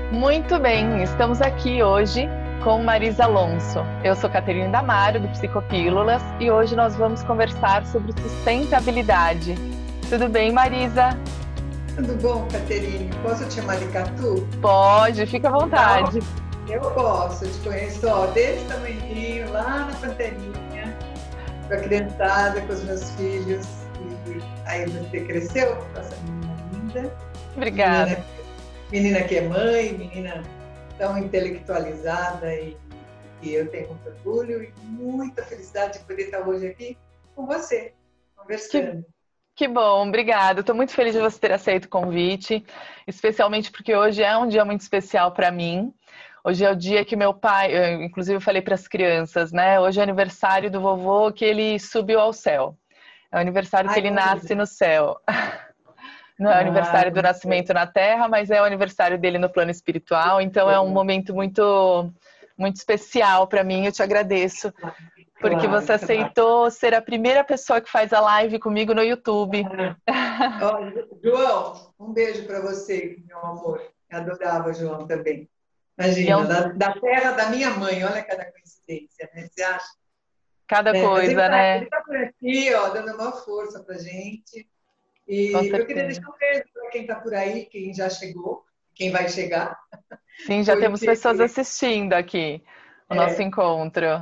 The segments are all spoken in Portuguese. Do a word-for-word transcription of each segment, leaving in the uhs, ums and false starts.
Muito bem, estamos aqui hoje com Marisa Alonso. Eu sou Caterina Damaro, do Psicopílulas, e hoje nós vamos conversar sobre sustentabilidade. Tudo bem, Marisa? Tudo bom, Caterine? Posso te chamar de Catu? Pode, fica à Então, vontade. eu posso. Eu te conheço, ó, desse tamanhinho, lá na Pantelinha, com a criançada, com os meus filhos. E aí você cresceu com essa menina linda, menina, Obrigada. menina que é mãe, menina tão intelectualizada e, e eu tenho muito orgulho e muita felicidade de poder estar hoje aqui com você, Que, conversando. que bom, obrigada. Estou muito feliz de você ter aceito o convite, especialmente porque hoje é um dia muito especial para mim. Hoje é o dia que meu pai, eu, inclusive eu falei para as crianças, né? Hoje é aniversário do vovô que ele subiu ao céu. É o aniversário que Ai, ele nasce olha. no céu. Não é o Ah, aniversário do nascimento na Terra, mas é o aniversário dele no plano espiritual. Então é um momento muito, muito especial para mim. Eu te agradeço porque você claro, claro. aceitou ser a primeira pessoa que faz a live comigo no YouTube. Olha, João, um beijo para você, meu amor. Eu adorava o João também. E é Imagina, um, da, da terra da minha mãe, olha cada coincidência, né? Você acha? cada É, mas ele coisa, está ele né? tá por aqui, ó, dando uma força para gente. Com E eu queria certeza. deixar um beijo para quem está por aí, quem já chegou, quem vai chegar, Sim, já temos porque, pessoas assistindo aqui o nosso é, encontro.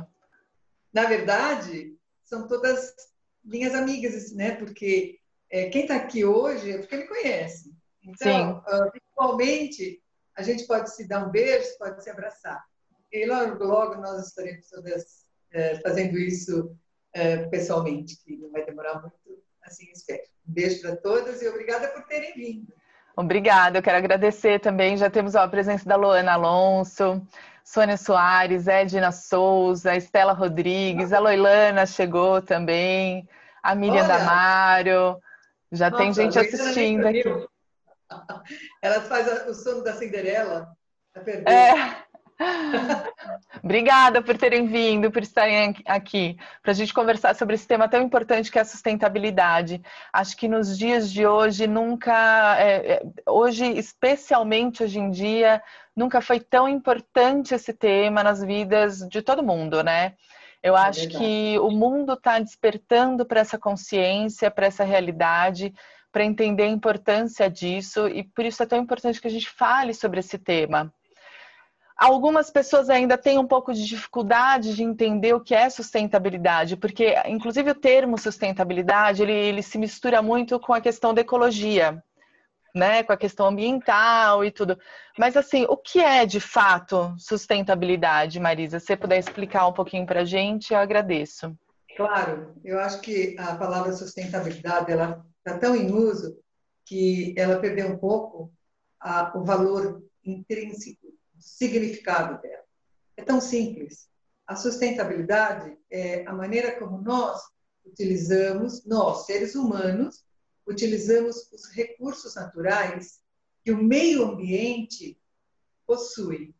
na verdade, são todas minhas amigas, né? Porque é, quem está aqui hoje é porque me conhece. Sim. Então, uh, virtualmente, a gente pode se dar um beijo, pode se abraçar. E logo, logo nós estaremos todas uh, fazendo isso uh, pessoalmente, que não vai demorar muito, assim espero. Um beijo para todas e obrigada por terem vindo. Obrigada, eu quero agradecer também. Já temos ó, a presença da Loana Alonso, Sônia Soares, Edna Souza, Estela Rodrigues, a Loilana chegou também, a Miriam Olha, Damaro. Já tem nossa, a gente Luísa nem assistindo aqui. dormiu. Ela faz a- o sono da Cinderela, já perdeu. É. Obrigada por terem vindo, por estarem aqui, para a gente conversar sobre esse tema tão importante que é a sustentabilidade. Acho que nos dias de hoje, nunca, é, é, hoje, especialmente hoje em dia, nunca foi tão importante esse tema nas vidas de todo mundo, né? Eu É acho verdade. que o mundo está despertando para essa consciência, para essa realidade, para entender a importância disso, e por isso é tão importante que a gente fale sobre esse tema. Algumas pessoas ainda têm um pouco de dificuldade de entender o que é sustentabilidade, porque, inclusive, o termo sustentabilidade, ele, ele se mistura muito com a questão da ecologia, né? Com a questão ambiental e tudo. Mas, assim, o que é, de fato, sustentabilidade, Marisa? Se você puder explicar um pouquinho para a gente, eu agradeço. Claro, eu acho que a palavra sustentabilidade ela está tão em uso que ela perdeu um pouco a, o valor intrínseco, o significado dela. É tão simples. A sustentabilidade é a maneira como nós utilizamos, nós, seres humanos, utilizamos os recursos naturais que o meio ambiente possui.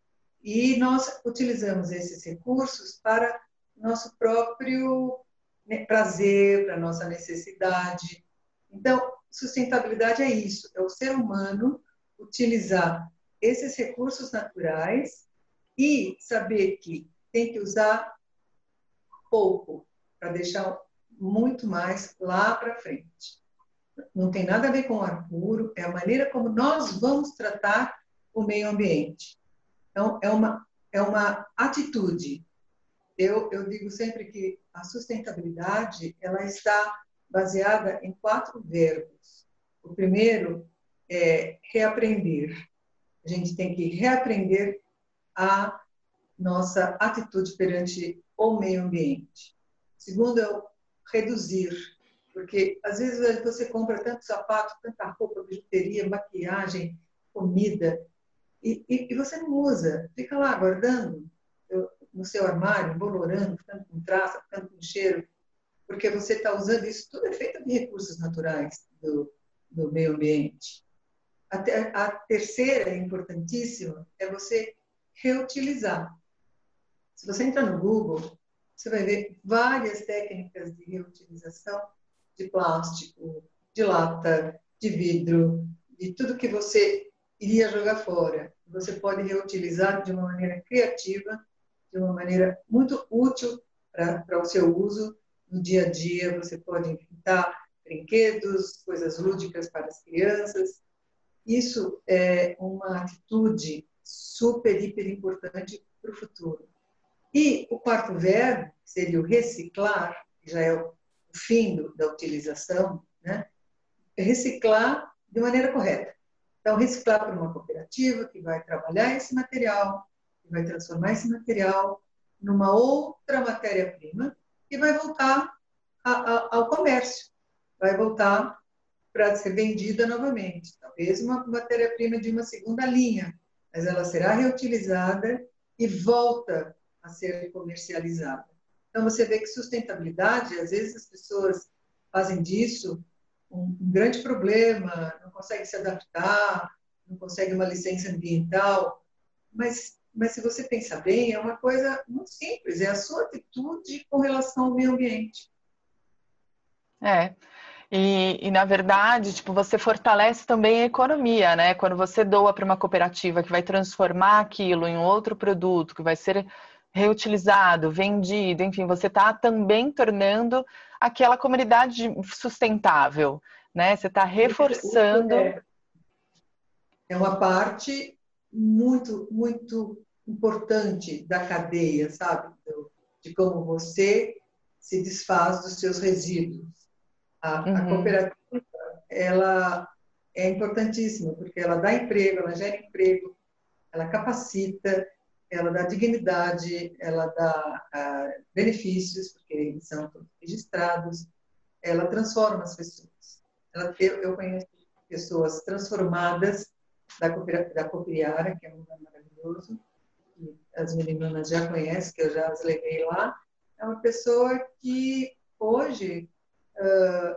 E nós utilizamos esses recursos para nosso próprio né, prazer, para nossa necessidade. Então, sustentabilidade é isso, é o ser humano utilizar esses recursos naturais e saber que tem que usar pouco para deixar muito mais lá para frente. Não tem nada a ver com o ar puro, é a maneira como nós vamos tratar o meio ambiente. Então, é uma, é uma atitude. Eu, eu digo sempre que a sustentabilidade ela está baseada em quatro verbos. O primeiro é reaprender. A gente tem que reaprender a nossa atitude perante o meio ambiente. Segundo é o reduzir, porque às vezes você compra tanto sapato, tanta roupa, bijuteria, maquiagem, comida, e, e, e você não usa, fica lá guardando no seu armário, bolorando, ficando com traça, ficando com cheiro, porque você está usando isso, tudo é feito de recursos naturais do, do meio ambiente. A, ter, a terceira, importantíssima, é você reutilizar. Se você entrar no Google, você vai ver várias técnicas de reutilização de plástico, de lata, de vidro, de tudo que você iria jogar fora. Você pode reutilizar de uma maneira criativa, de uma maneira muito útil para o seu uso no dia a dia. Você pode inventar brinquedos, coisas lúdicas para as crianças. Isso é uma atitude super, hiper importante para o futuro. E o quarto verbo, que seria o reciclar, que já é o fim do, da utilização, né? É reciclar de maneira correta. Então, reciclar para uma cooperativa que vai trabalhar esse material, que vai transformar esse material numa outra matéria-prima e vai voltar a, a, ao comércio, vai voltar para ser vendida novamente. Talvez uma matéria-prima de uma segunda linha, mas ela será reutilizada e volta a ser comercializada. Então, você vê que sustentabilidade, às vezes as pessoas fazem disso um, um grande problema, não conseguem se adaptar, não conseguem uma licença ambiental, mas, mas se você pensar bem, é uma coisa muito simples, é a sua atitude com relação ao meio ambiente. É. E, e, na verdade, tipo, você fortalece também a economia, né? Quando você doa para uma cooperativa que vai transformar aquilo em outro produto, que vai ser reutilizado, vendido, enfim, você está também tornando aquela comunidade sustentável, né? Você está reforçando. É uma parte muito, muito importante da cadeia, sabe? De como você se desfaz dos seus resíduos. A, Uhum. a cooperativa, ela é importantíssima, porque ela dá emprego, ela gera emprego, ela capacita, ela dá dignidade, ela dá ah, benefícios, porque eles são todos registrados, ela transforma as pessoas. Ela, eu, eu conheço pessoas transformadas da, da Copiara, que é um lugar maravilhoso, que as meninas já conhecem, que eu já as levei lá. É uma pessoa que hoje uh,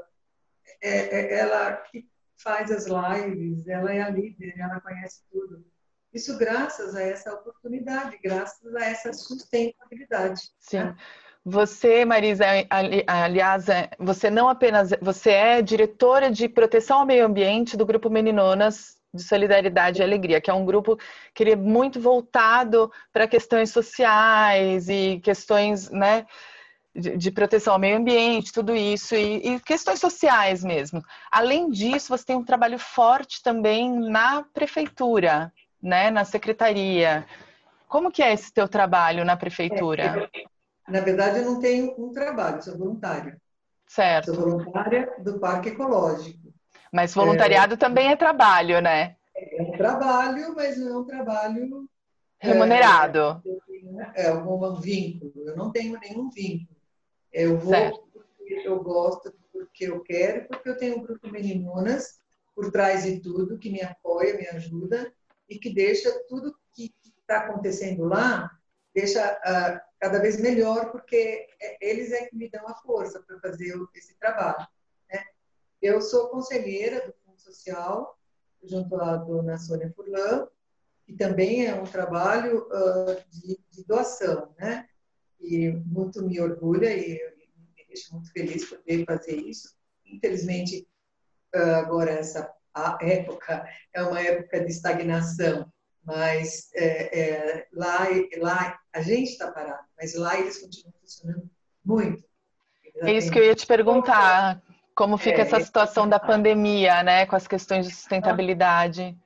é, é ela que faz as lives, ela é a líder, ela conhece tudo. Isso graças a essa oportunidade, graças a essa sustentabilidade. Sim. Né? Você, Marisa, ali, aliás, você não apenas, você é diretora de proteção ao meio ambiente do Grupo Meninonas de Solidariedade e Alegria, que é um grupo que ele é muito voltado para questões sociais e questões, né, de, de proteção ao meio ambiente, tudo isso, e, e questões sociais mesmo. Além disso, você tem um trabalho forte também na prefeitura, né, na secretaria. Como que é esse teu trabalho na prefeitura? É, na verdade, eu não tenho um trabalho, sou voluntária. Certo. Sou voluntária do Parque Ecológico. Mas voluntariado é, também é trabalho, né? É um trabalho, mas não é um trabalho remunerado. É, é um vínculo. Eu não tenho nenhum vínculo. Eu vou certo. porque eu gosto, porque eu quero, porque eu tenho um grupo de meninonas por trás de tudo, que me apoia, me ajuda e que deixa tudo que está acontecendo lá, deixa uh, cada vez melhor, porque eles é que me dão a força para fazer esse trabalho. Né? Eu sou conselheira do Fundo Social, junto à dona Sônia Furlan, que também é um trabalho uh, de, de doação, né? E muito me orgulha e, e me deixa muito feliz poder fazer isso. Infelizmente, uh, agora essa a época é uma época de estagnação, mas é, é, lá, lá a gente está parado, mas lá eles continuam funcionando muito. É isso que eu ia te perguntar, como fica é, essa situação da pandemia, né, com as questões de sustentabilidade.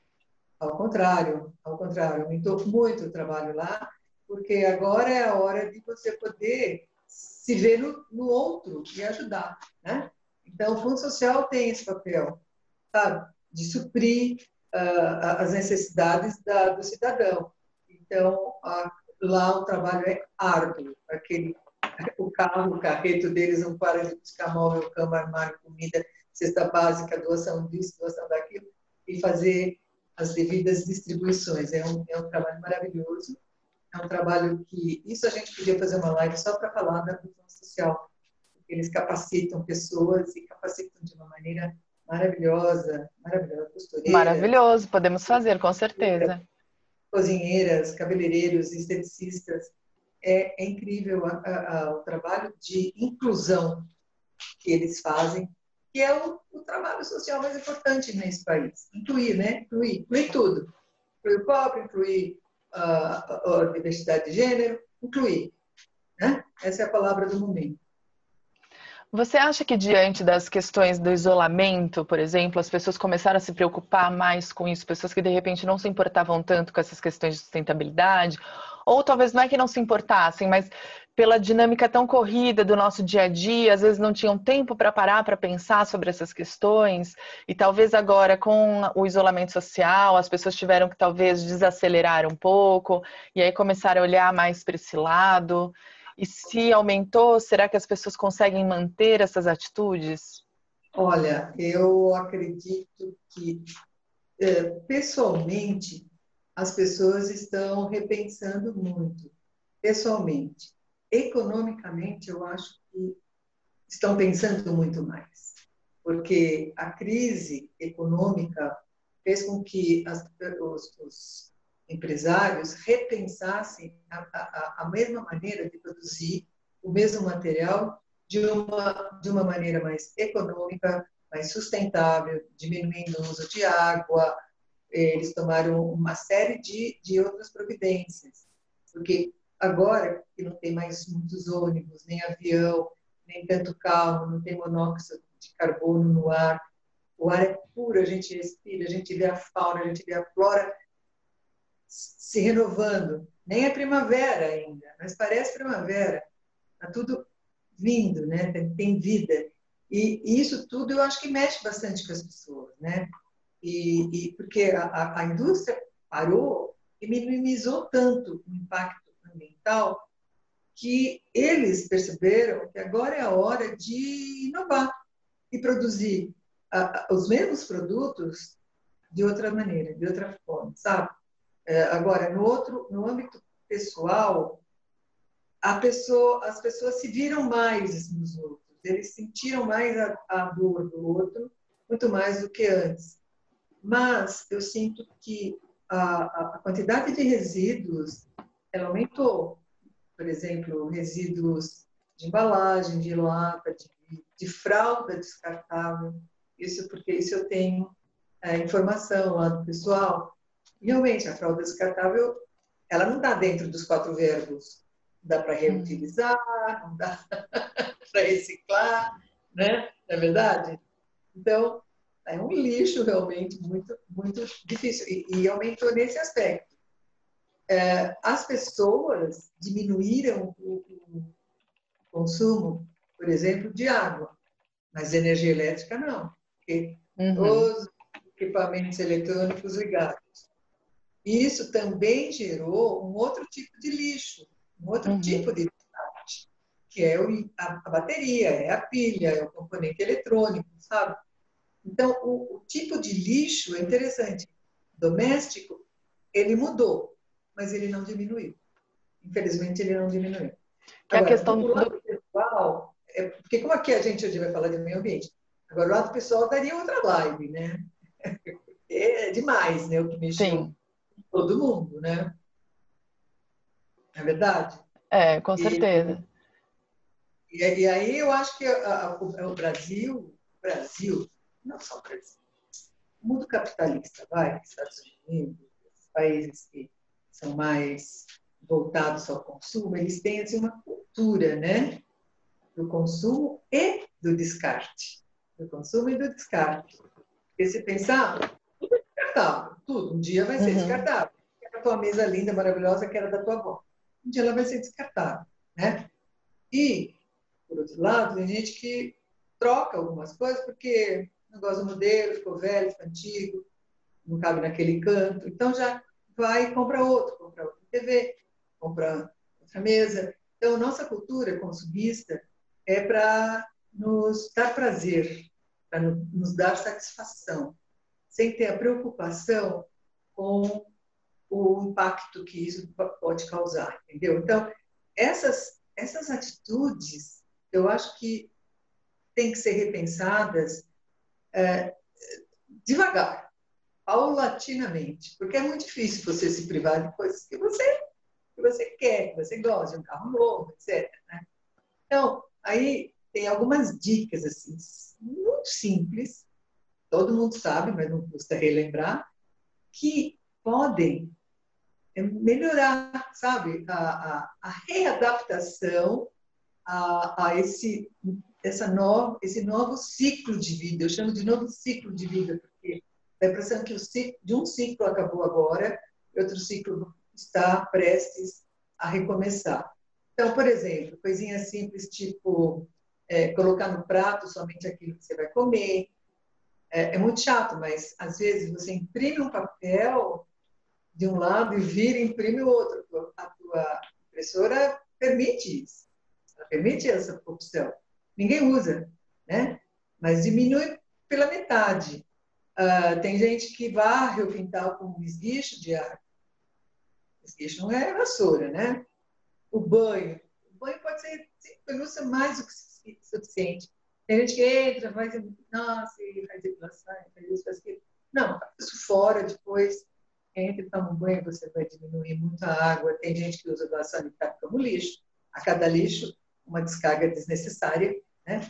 Ao contrário, ao contrário, aumentou muito o trabalho lá, porque agora é a hora de você poder se ver no, no outro e ajudar, né? Então, o Fundo Social tem esse papel, sabe? De suprir uh, as necessidades da, do cidadão. Então, uh, lá o trabalho é árduo. Aquele, o carro, o carreto deles não para de buscar móvel, cama, armário, comida, cesta básica, doação disso, doação daquilo, e fazer as devidas distribuições. É um, é um trabalho maravilhoso. É um trabalho que... Isso a gente podia fazer uma live só para falar da função social. Porque eles capacitam pessoas e capacitam de uma maneira maravilhosa, maravilhosa, costureiras. Maravilhoso, podemos fazer, com certeza. Cozinheiras, cabeleireiros, esteticistas. É, é incrível a, a, a, o trabalho de inclusão que eles fazem, que é o, o trabalho social mais importante nesse país. Incluir, né? Incluir, incluir tudo. Incluir o pobre, incluir a, a, a diversidade de gênero, incluir. Né? Essa é a palavra do momento. Você acha que diante das questões do isolamento, por exemplo, as pessoas começaram a se preocupar mais com isso, pessoas que de repente não se importavam tanto com essas questões de sustentabilidade, ou talvez não é que não se importassem, mas pela dinâmica tão corrida do nosso dia a dia, às vezes não tinham tempo para parar para pensar sobre essas questões, e talvez agora com o isolamento social, as pessoas tiveram que talvez desacelerar um pouco, e aí começaram a olhar mais para esse lado. E se aumentou, será que as pessoas conseguem manter essas atitudes? Olha, eu acredito que, pessoalmente, as pessoas estão repensando muito. Pessoalmente. Economicamente, eu acho que estão pensando muito mais. Porque a crise econômica fez com que as, os, os empresários repensassem a, a, a mesma maneira de produzir o mesmo material de uma, de uma maneira mais econômica, mais sustentável, diminuindo o uso de água. Eles tomaram uma série de, de outras providências. Porque agora que não tem mais muitos ônibus, nem avião, nem tanto carro, não tem monóxido de carbono no ar, o ar é puro, a gente respira, a gente vê a fauna, a gente vê a flora se renovando. Nem é primavera ainda, mas parece primavera. Está tudo vindo, né? Tem, tem vida. E, e isso tudo eu acho que mexe bastante com as pessoas, né? E, e porque a, a indústria parou e minimizou tanto o impacto ambiental que eles perceberam que agora é a hora de inovar e produzir a, a, os mesmos produtos de outra maneira, de outra forma, sabe? É, agora, no outro, no âmbito pessoal, a pessoa, as pessoas se viram mais nos outros, eles sentiram mais a, a dor do outro, muito mais do que antes. Mas eu sinto que a, a quantidade de resíduos ela aumentou. Por exemplo, resíduos de embalagem, de lata, de, de fralda descartável. Isso porque isso eu tenho é, informação lá do pessoal. Realmente, a fralda descartável, ela não está dentro dos quatro verbos. Dá para reutilizar, não dá para reciclar, né? Não é verdade? Então, é um lixo realmente muito, muito difícil. E, e aumentou nesse aspecto. É, as pessoas diminuíram o, o consumo, por exemplo, de água, mas de energia elétrica não, porque Uhum. os equipamentos eletrônicos ligados. Isso também gerou um outro tipo de lixo, um outro Uhum. tipo de descarte, que é a, a bateria, é a pilha, é o componente eletrônico, sabe? Então, o, o tipo de lixo é interessante. Doméstico, ele mudou, mas ele não diminuiu. Infelizmente, ele não diminuiu. Que é a Agora, do questão lado do... pessoal, é, porque como aqui a gente hoje vai falar de meio ambiente, agora o lado pessoal daria outra live, né? É demais, né? O que mexeu Sim, com todo mundo, né? Não é verdade? é, com E, certeza. e, e aí eu acho que a, a, o, o Brasil, o Brasil, não só o Brasil, o mundo capitalista, vai, Estados Unidos, países que são mais voltados ao consumo, eles têm assim, uma cultura, né? Do consumo e do descarte. Do consumo e do descarte. Porque se pensar, tudo é descartável, tudo. Um dia vai ser Uhum. descartável. A tua mesa linda, maravilhosa, que era da tua avó. Um dia ela vai ser descartável, né? E, por outro lado, tem gente que troca algumas coisas porque não gosta do modelo, ficou velho, ficou antigo, não cabe naquele canto. Então já vai e compra outro, compra outra T V, compra outra mesa. Então, nossa cultura consumista é para nos dar prazer, para nos dar satisfação, sem ter a preocupação com o impacto que isso pode causar, entendeu? Então, essas, essas atitudes, eu acho que têm que ser repensadas é, devagar, paulatinamente, porque é muito difícil você se privar de coisas que você, que você quer, que você gosta, de um carro novo, etcétera. Né? Então, aí tem algumas dicas assim, muito simples, todo mundo sabe, mas não custa relembrar, que podem melhorar, sabe, a, a, a readaptação a, a esse, essa nova, esse novo ciclo de vida. Eu chamo de novo ciclo de vida, porque dá a impressão que o ciclo, de um ciclo acabou agora, e outro ciclo está prestes a recomeçar. Então, por exemplo, coisinhas simples, tipo é, colocar no prato somente aquilo que você vai comer. É, é muito chato, mas às vezes você imprime um papel de um lado e vira e imprime o outro. A tua impressora permite isso. Ela permite essa opção. Ninguém usa, né? Mas diminui pela metade. Uh, tem gente que varre o quintal com um esguicho de ar. Esguicho não é vassoura, né? O banho. O banho pode ser, sim, usa mais do que suficiente. Tem gente que entra, faz, nossa, faz depilação, faz isso, faz aquilo. Não, faz isso fora depois. Entra e toma um banho, você vai diminuir muito a água. Tem gente que usa doação sanitária como lixo. A cada lixo, uma descarga desnecessária, né?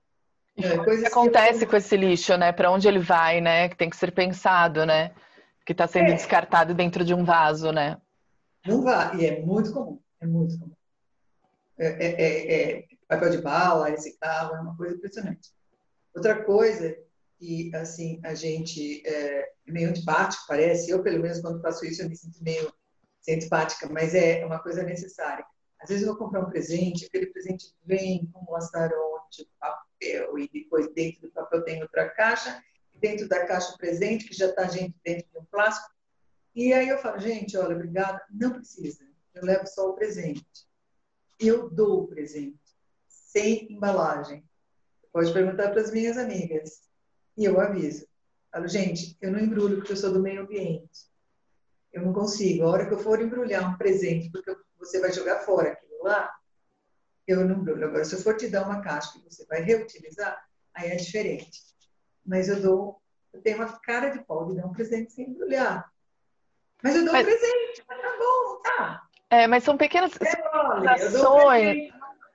E o que Coisas que acontece eu... com esse lixo, né? Para onde ele vai, né? Que tem que ser pensado, né? Que está sendo É, descartado dentro de um vaso, né? não vai, e é muito comum, é muito comum. É, é, é, é papel de bala, reciclável, é uma coisa impressionante. Outra coisa que, assim, a gente é meio antipático, parece, eu, pelo menos, quando faço isso, eu me sinto meio antipática, mas é uma coisa necessária. Às vezes eu vou comprar um presente, aquele presente vem com um laçarote, papel, e depois dentro do papel tem outra caixa, e dentro da caixa o presente, que já está dentro de um plástico. E aí eu falo, gente, olha, obrigada, não precisa, eu levo só o presente. E eu dou o presente, sem embalagem. Pode perguntar para as minhas amigas. E eu aviso. Falo, gente, eu não embrulho porque eu sou do meio ambiente. Eu não consigo. A hora que eu for embrulhar um presente, porque você vai jogar fora aquilo lá, eu não embrulho. Agora, se eu for te dar uma caixa que você vai reutilizar, aí é diferente. Mas eu dou, eu tenho uma cara de pau de dar um presente sem embrulhar. Mas eu dou um Mas, presente, mas tá bom, tá? é, mas são pequenas, É, são pequenas Loli, eu dou um ações. presente.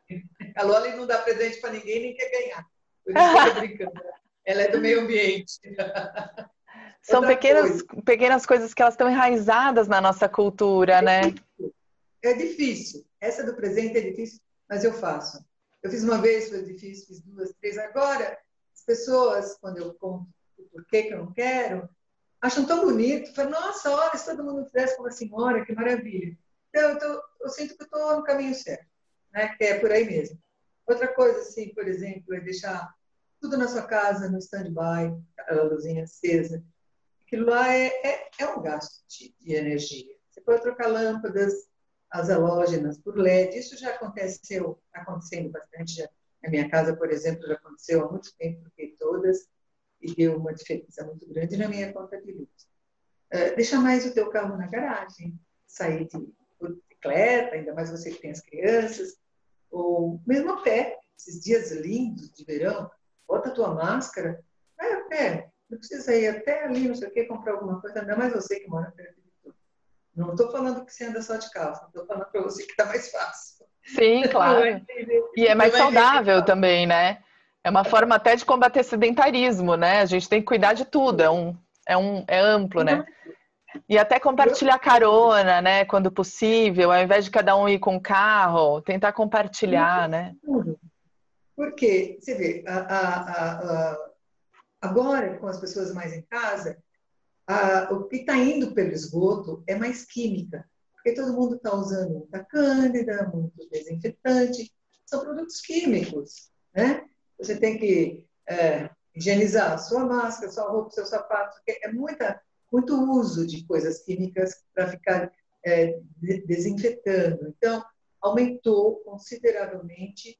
A Loli não dá presente para ninguém, nem quer ganhar. Por isso que eu tô brincando. Ela é do meio ambiente. São Outra pequenas, coisa, pequenas coisas que elas estão enraizadas na nossa cultura, né? é difícil. Essa do presente é difícil, mas eu faço. Eu fiz uma vez, foi difícil, fiz duas, três. Agora, as pessoas, quando eu conto o porquê que eu não quero, acham tão bonito. Falam, nossa, olha, se todo mundo fizesse como a senhora, que maravilha. Então, eu, tô, eu sinto que eu estou no caminho certo, né? Que é por aí mesmo. Outra coisa, assim, por exemplo, é deixar tudo na sua casa no stand-by, a luzinha acesa. Aquilo lá é, é, é um gasto de, de energia. Você pode trocar lâmpadas, as halógenas por L E D. Isso já aconteceu, está acontecendo bastante. Já. Na minha casa, por exemplo, já aconteceu há muito tempo, porque todas, e deu uma diferença muito grande na minha conta de luz. Uh, deixa mais o teu carro na garagem, sair de bicicleta, ainda mais você que tem as crianças, ou mesmo a pé, esses dias lindos de verão, bota a tua máscara, vai a pé, não precisa ir até ali, não sei o que, comprar alguma coisa, ainda mais você que mora perto de tudo. Não estou falando que você anda só de carro, estou falando para você que está mais fácil. Sim, Não vai claro. entender, E é não mais vai entender. saudável também, né? É uma forma até de combater sedentarismo, né? A gente tem que cuidar de tudo, é um, é um, é amplo, né? E até E outra compartilhar coisa, carona, né? Quando possível, ao invés de cada um ir com o carro, tentar compartilhar, né? tudo. Porque, você vê, a, a, a, agora, com as pessoas mais em casa, a, o que está indo pelo esgoto é mais química, porque todo mundo está usando muita cândida, muito desinfetante, são produtos químicos, né? Você tem que é, higienizar a sua máscara, sua roupa, seu sapato, porque é muita, muito uso de coisas químicas para ficar é, desinfetando. Então, aumentou consideravelmente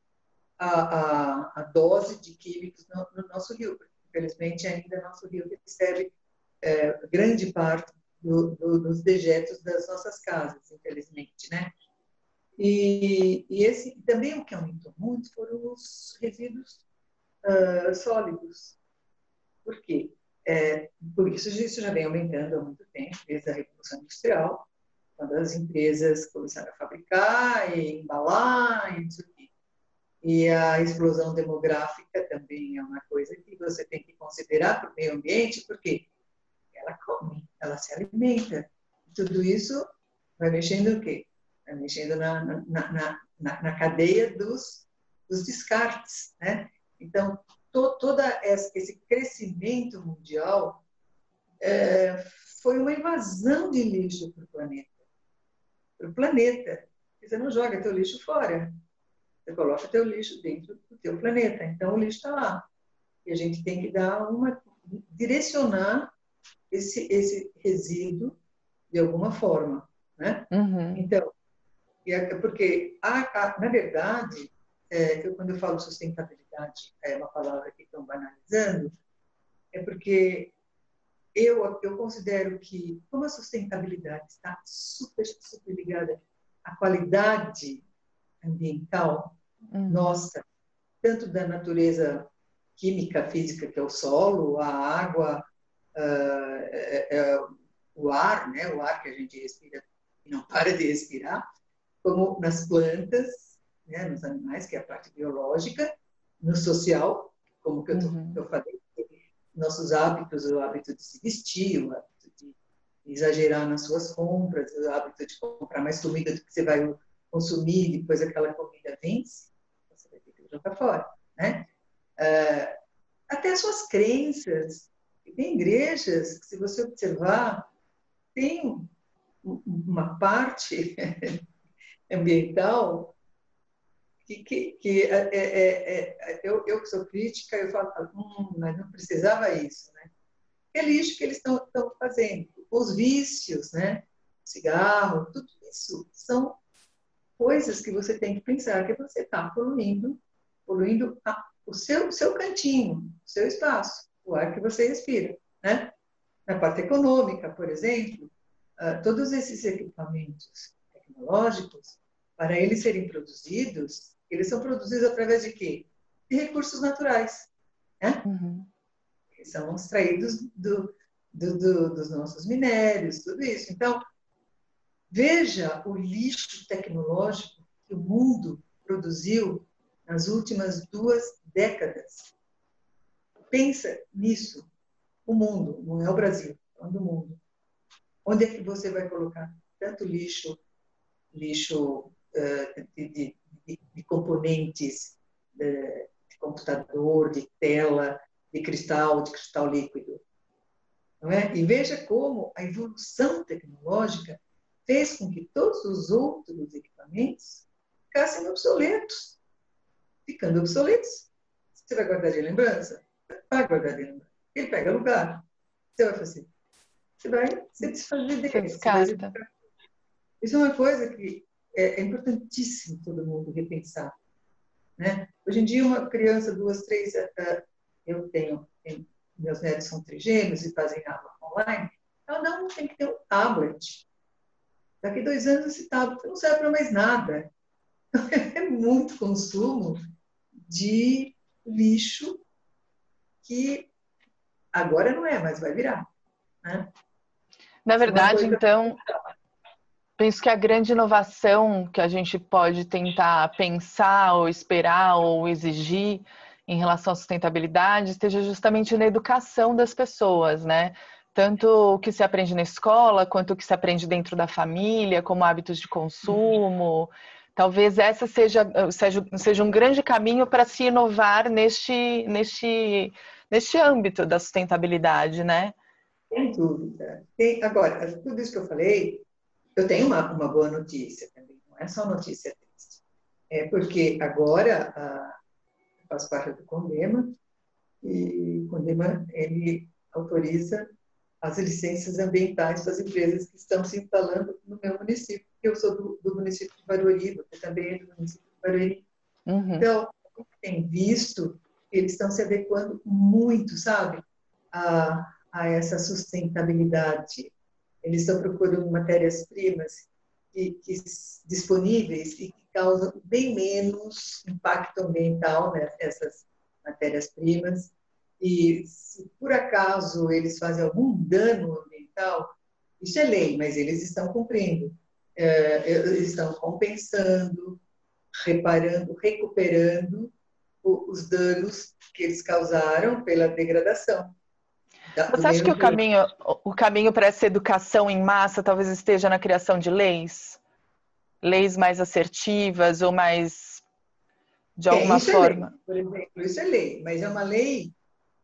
a, a, a dose de químicos no, no nosso rio. Infelizmente, ainda nosso rio recebe é, grande parte do, do, dos dejetos das nossas casas, infelizmente, né? E, e esse também o que aumentou muito foram os resíduos uh, sólidos. Por quê? É, por isso, isso já vem aumentando há muito tempo, desde a Revolução Industrial, quando as empresas começaram a fabricar e embalar e não sei o quê. E a explosão demográfica também é uma coisa que você tem que considerar para o meio ambiente, porque ela come, ela se alimenta. Tudo isso vai mexendo o quê? Vai mexendo na, na, na, na, na cadeia dos, dos descartes, né? Então, to, todo esse crescimento mundial é, foi uma invasão de lixo para o planeta. Para o planeta. Você não joga teu lixo fora. Você coloca teu lixo dentro do teu planeta. Então, o lixo está lá. E a gente tem que dar uma... direcionar esse, esse resíduo de alguma forma, né? Uhum. Então, é porque, a, a, na verdade, é, eu, quando eu falo sustentabilidade, é uma palavra que estão banalizando, é porque eu, eu considero que, como a sustentabilidade está super, super ligada à qualidade ambiental, Uhum. nossa, tanto da natureza química, física, que é o solo, a água, uh, é, é, o ar, né? O ar que a gente respira e não para de respirar, como nas plantas, né? Nos animais, que é a parte biológica, no social, como que eu, tô, Uhum. eu falei, nossos hábitos, o hábito de se vestir, o hábito de exagerar nas suas compras, o hábito de comprar mais comida do que você vai consumir, depois aquela comida vence, você vai ter que jogar fora, né? Uh, até as suas crenças. Tem igrejas que, se você observar, tem uma parte ambiental que, que, que é, é, é, eu, eu que sou crítica, eu falo, hum, mas não precisava isso, né? É lixo que eles estão fazendo. Os vícios, né? Cigarro, tudo isso são coisas que você tem que pensar que você está poluindo, poluindo a, o seu, seu cantinho, o seu espaço, o ar que você respira, né? Na parte econômica, por exemplo, uh, todos esses equipamentos tecnológicos, para eles serem produzidos, eles são produzidos através de quê? De recursos naturais, né? Uhum. Eles são extraídos do, do, do, dos nossos minérios, tudo isso. Então, veja o lixo tecnológico que o mundo produziu nas últimas duas décadas. Pensa nisso. O mundo, não é o Brasil, é o mundo. Onde é que você vai colocar tanto lixo, lixo uh, de, de, de, de componentes de, de computador, de tela, de cristal, de cristal líquido? Não é? E veja como a evolução tecnológica fez com que todos os outros equipamentos ficassem obsoletos. Ficando obsoletos, você vai guardar de lembrança? Vai guardar de lembrança. Ele pega lugar. Você vai fazer. Você vai se desfazer dele. Você descarta. Vai... Isso é uma coisa que é, é importantíssimo todo mundo repensar. Né? Hoje em dia, uma criança, duas, três, uh, eu tenho, tenho, meus netos são trigêmeos e fazem aula online, ela não tem que ter um tablet. Daqui a dois anos, esse tablet não serve para mais nada. É muito consumo de lixo que agora não é, mas vai virar. Né? Na verdade, coisa... então, penso que a grande inovação que a gente pode tentar pensar, ou esperar, ou exigir em relação à sustentabilidade esteja justamente na educação das pessoas, né? Tanto o que se aprende na escola, quanto o que se aprende dentro da família, como hábitos de consumo. Talvez essa seja, seja, seja um grande caminho para se inovar neste, neste, neste âmbito da sustentabilidade, né? Sem dúvida. Tem, agora, tudo isso que eu falei, eu tenho uma, uma boa notícia também, não é só notícia triste. É porque agora a, eu faço parte do CONDEMA, e o CONDEMA, ele autoriza as licenças ambientais das empresas que estão se instalando no meu município. Eu sou do, do município de Barueri, você também é do município de Barueri. Uhum. Então, a gente tem visto que eles estão se adequando muito, sabe, a, a essa sustentabilidade. Eles estão procurando matérias-primas que, que, disponíveis e que causam bem menos impacto ambiental, né, essas matérias-primas. E se por acaso eles fazem algum dano ambiental, isso é lei, mas eles estão cumprindo, é, eles estão compensando. reparando, recuperando os danos que eles causaram pela degradação do Você acha meio que o ambiente. caminho, o caminho para essa educação em massa talvez esteja na criação de leis? Leis mais assertivas ou mais, de É, alguma isso é lei, forma? por exemplo, isso é lei, mas é uma lei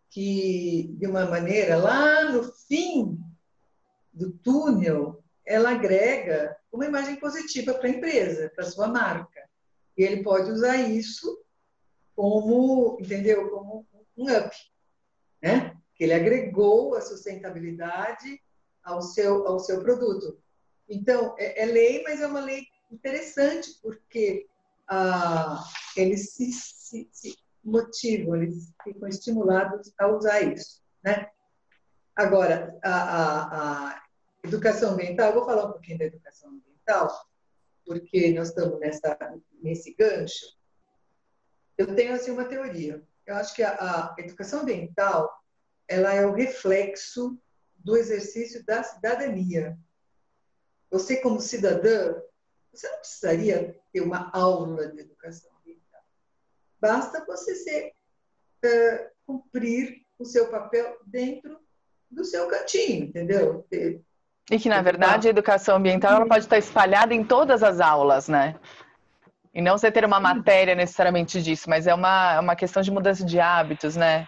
que, de uma maneira, lá no fim do túnel, ela agrega uma imagem positiva para a empresa, para a sua marca. E ele pode usar isso como, entendeu? Como um up, né? Que ele agregou a sustentabilidade ao seu, ao seu produto. Então, é, é lei, mas é uma lei interessante, porque ah, eles se, se, se motivam, eles ficam estimulados a usar isso, né? Agora, a, a, a educação ambiental, eu vou falar um pouquinho da educação ambiental, porque nós estamos nessa, nesse gancho. Eu tenho assim uma teoria. Eu acho que a, a educação ambiental ela é o reflexo do exercício da cidadania. Você, como cidadã, você não precisaria ter uma aula de educação ambiental. Basta você ser, uh, cumprir o seu papel dentro do seu cantinho, entendeu? Ter, E que, na ocupar. verdade, a educação ambiental ela pode estar espalhada em todas as aulas, né? E não você ter uma matéria necessariamente disso, mas é uma, uma questão de mudança de hábitos, né?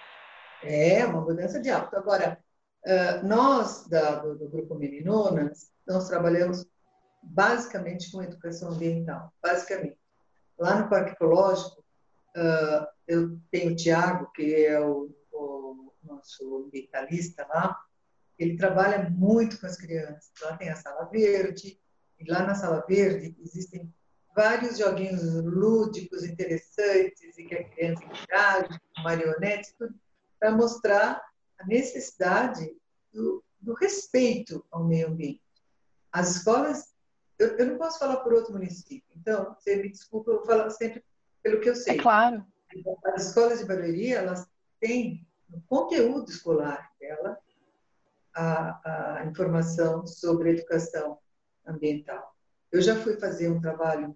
É uma mudança de hábito. Agora, uh, nós, da, do, do Grupo Meninonas, nós trabalhamos basicamente com educação ambiental, basicamente. Lá no Parque Ecológico, uh, eu tenho o Tiago, que é o, o nosso ambientalista lá, ele trabalha muito com as crianças. Lá tem a Sala Verde, e lá na Sala Verde existem vários joguinhos lúdicos interessantes e que a criança interage, marionetes, tudo, para mostrar a necessidade do, do respeito ao meio ambiente. As escolas, eu, eu não posso falar por outro município, então, você me desculpa, eu vou falar sempre pelo que eu É sei. claro. As escolas de Barueri, elas têm no conteúdo escolar dela a, a informação sobre educação ambiental. Eu já fui fazer um trabalho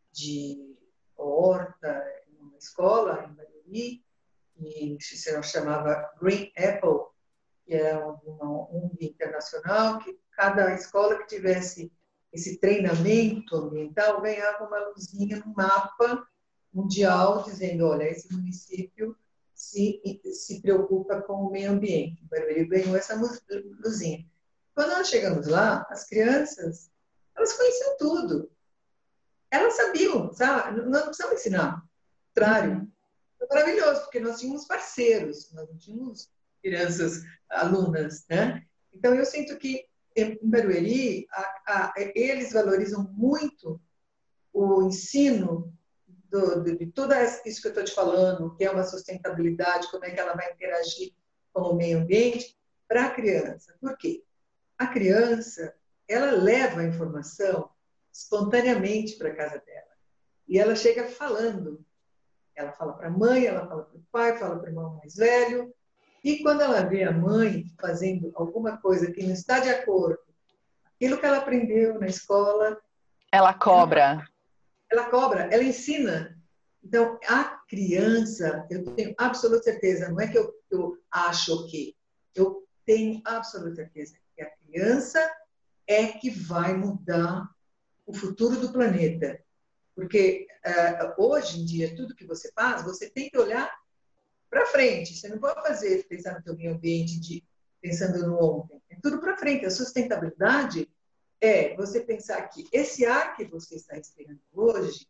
de horta em uma escola em Barueri, que se chamava Green Apple, que é uma O N G internacional, que cada escola que tivesse esse treinamento ambiental ganhava uma luzinha no mapa mundial, dizendo, olha, esse município se, se preocupa com o meio ambiente. O Barueri ganhou essa luzinha. Quando nós chegamos lá, as crianças, elas conheciam tudo. Elas sabiam, sabe? Não precisamos ensinar. Ao contrário. Uhum. Foi maravilhoso, porque nós tínhamos parceiros, nós não tínhamos crianças, alunas, né? Então, eu sinto que em Barueri, a, a, eles valorizam muito o ensino do, de, de tudo isso que eu estou te falando, que é uma sustentabilidade, como é que ela vai interagir com o meio ambiente, para a criança. Por quê? A criança, ela leva a informação espontaneamente para a casa dela. E ela chega falando. Ela fala para a mãe, ela fala para o pai, fala para o irmão mais velho. E quando ela vê a mãe fazendo alguma coisa que não está de acordo com aquilo que ela aprendeu na escola, Ela ela, cobra. ela cobra, ela ensina. Então, a criança, eu tenho absoluta certeza, não é que eu, eu acho que, eu tenho absoluta certeza que a criança é que vai mudar o futuro do planeta. Porque uh, hoje em dia, tudo que você faz, você tem que olhar para frente. Você não pode fazer, pensar no seu meio ambiente de, pensando no ontem. É tudo para frente. A sustentabilidade é você pensar que esse ar que você está respirando hoje,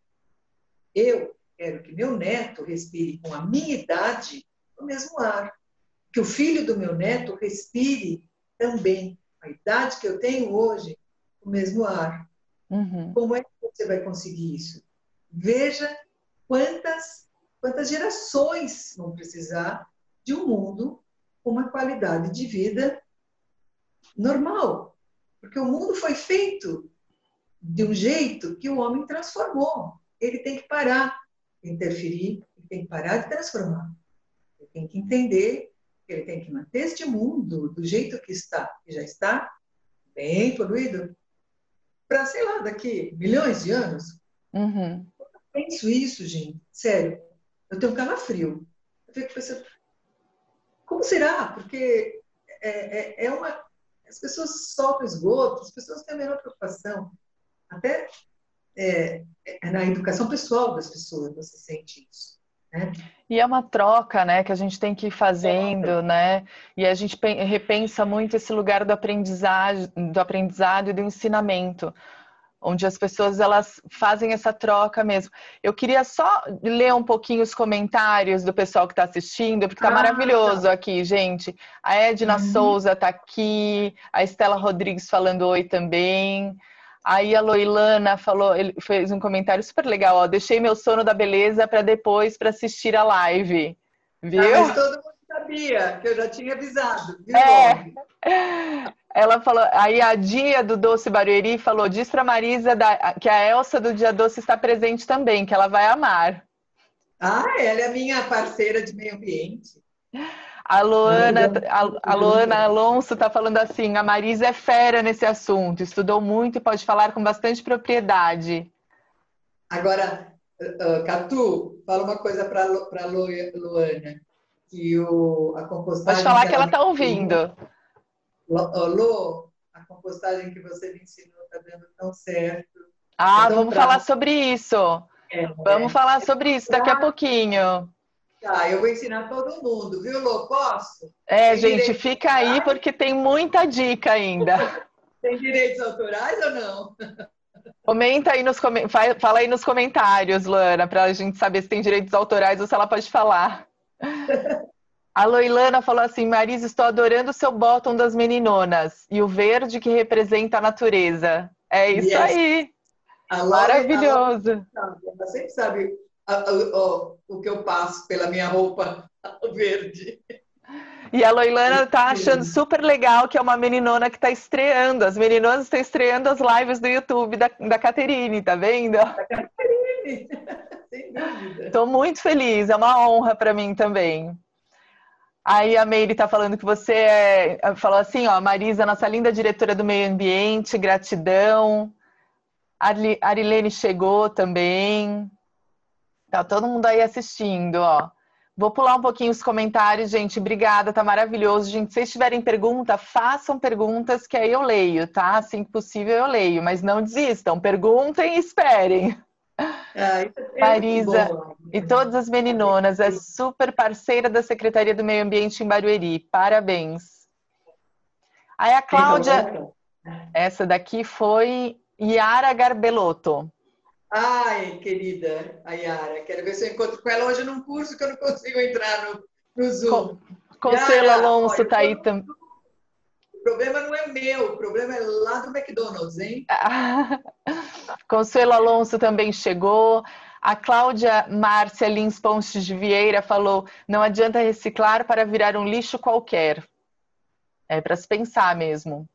eu quero que meu neto respire com a minha idade o mesmo ar. Que o filho do meu neto respire também a idade que eu tenho hoje, o mesmo ar. Uhum. Como é que você vai conseguir isso? Veja quantas, quantas gerações vão precisar de um mundo com uma qualidade de vida normal. Porque o mundo foi feito de um jeito que o homem transformou. Ele tem que parar de interferir, ele tem que parar de transformar. Ele tem que entender que ele tem que manter este mundo do jeito que está, que já está bem poluído, para, sei lá, daqui milhões de anos, Uhum. penso isso, gente, sério, eu tenho um calafrio. Eu fico pensando, como será? Porque é, é, é uma... As pessoas soltam esgoto, as pessoas têm a menor preocupação. Até é, é na educação pessoal das pessoas você sente isso, né? E é uma troca, né, que a gente tem que ir fazendo, né? E a gente repensa muito esse lugar do aprendizado, do aprendizado e do ensinamento, onde as pessoas elas fazem essa troca mesmo. Eu queria só ler um pouquinho os comentários do pessoal que está assistindo, porque está Ah, maravilhoso tá. aqui, gente. A Edna Uhum. Souza está aqui, a Estela Rodrigues falando oi também. Aí a Loilana falou, ele fez um comentário super legal, ó, deixei meu sono da beleza para depois para assistir a live. Ah, Viu? mas todo mundo sabia, que eu já tinha avisado, viu, É. Log? Ela falou, aí a Dia do Doce Barueri falou, diz pra Marisa da, que a Elsa do Dia Doce está presente também, que ela vai amar. Ah, ela é a minha parceira de meio ambiente. A Nós Luana, fizemos a, a tudo Luana juntas. Alonso está falando assim, a Marisa é fera nesse assunto, estudou muito e pode falar com bastante propriedade. Agora, uh, Catu, fala uma coisa para a Luana, que o, a Pode compostagem falar que que ela ela me está ensinou, ouvindo. Lô, a compostagem que você me ensinou está dando tão certo, é Ah, tão vamos falar prático. sobre isso. Vamos É, falar sobre isso daqui a prático. pouquinho. Tá, eu vou ensinar todo mundo, viu, Lô? Posso? É, Tem gente, direitos fica aí autorais? porque tem muita dica ainda. Tem direitos autorais ou não? Comenta aí nos come- fa- fala aí nos comentários, Luana, para a gente saber se tem direitos autorais ou se ela pode falar. A Loilana falou assim: Marisa, estou adorando o seu bottom das meninonas e o verde que representa a natureza. É isso Yes. aí, A Lore, a Lore maravilhoso. sabe, ela sempre sabe a- a- o, o que eu passo pela minha roupa verde. E a Loilana tá achando super legal que é uma meninona que está estreando. As meninonas estão estreando as lives do YouTube da, da Caterine, tá vendo? Sem dúvida. Tô muito feliz, é uma honra para mim também. Aí a Meire tá falando que você é, falou assim, ó, Marisa, nossa linda diretora do meio ambiente, gratidão. A Arli- Arilene chegou também. Tá todo mundo aí assistindo, ó. Vou pular um pouquinho os comentários, gente. Obrigada, tá maravilhoso. Gente, se vocês tiverem pergunta, façam perguntas que aí eu leio, tá? Assim que possível eu leio, mas não desistam. Perguntem e esperem. Ah, isso é muito Marisa bom. e todas as meninonas, é super parceira da Secretaria do Meio Ambiente em Barueri. Parabéns. Aí a Quem Cláudia, falou? essa daqui foi Yara Garbelotto. Ai, querida, a Yara, quero ver se eu encontro com ela hoje num curso que eu não consigo entrar no, no Co- Zoom. Consuelo Yara, Alonso olha, tá aí também. o problema não é meu, o problema é lá do McDonald's, hein? Consuelo Alonso também chegou. A Cláudia Márcia Lins Pontes de Vieira falou: não adianta reciclar para virar um lixo qualquer. É para se pensar mesmo.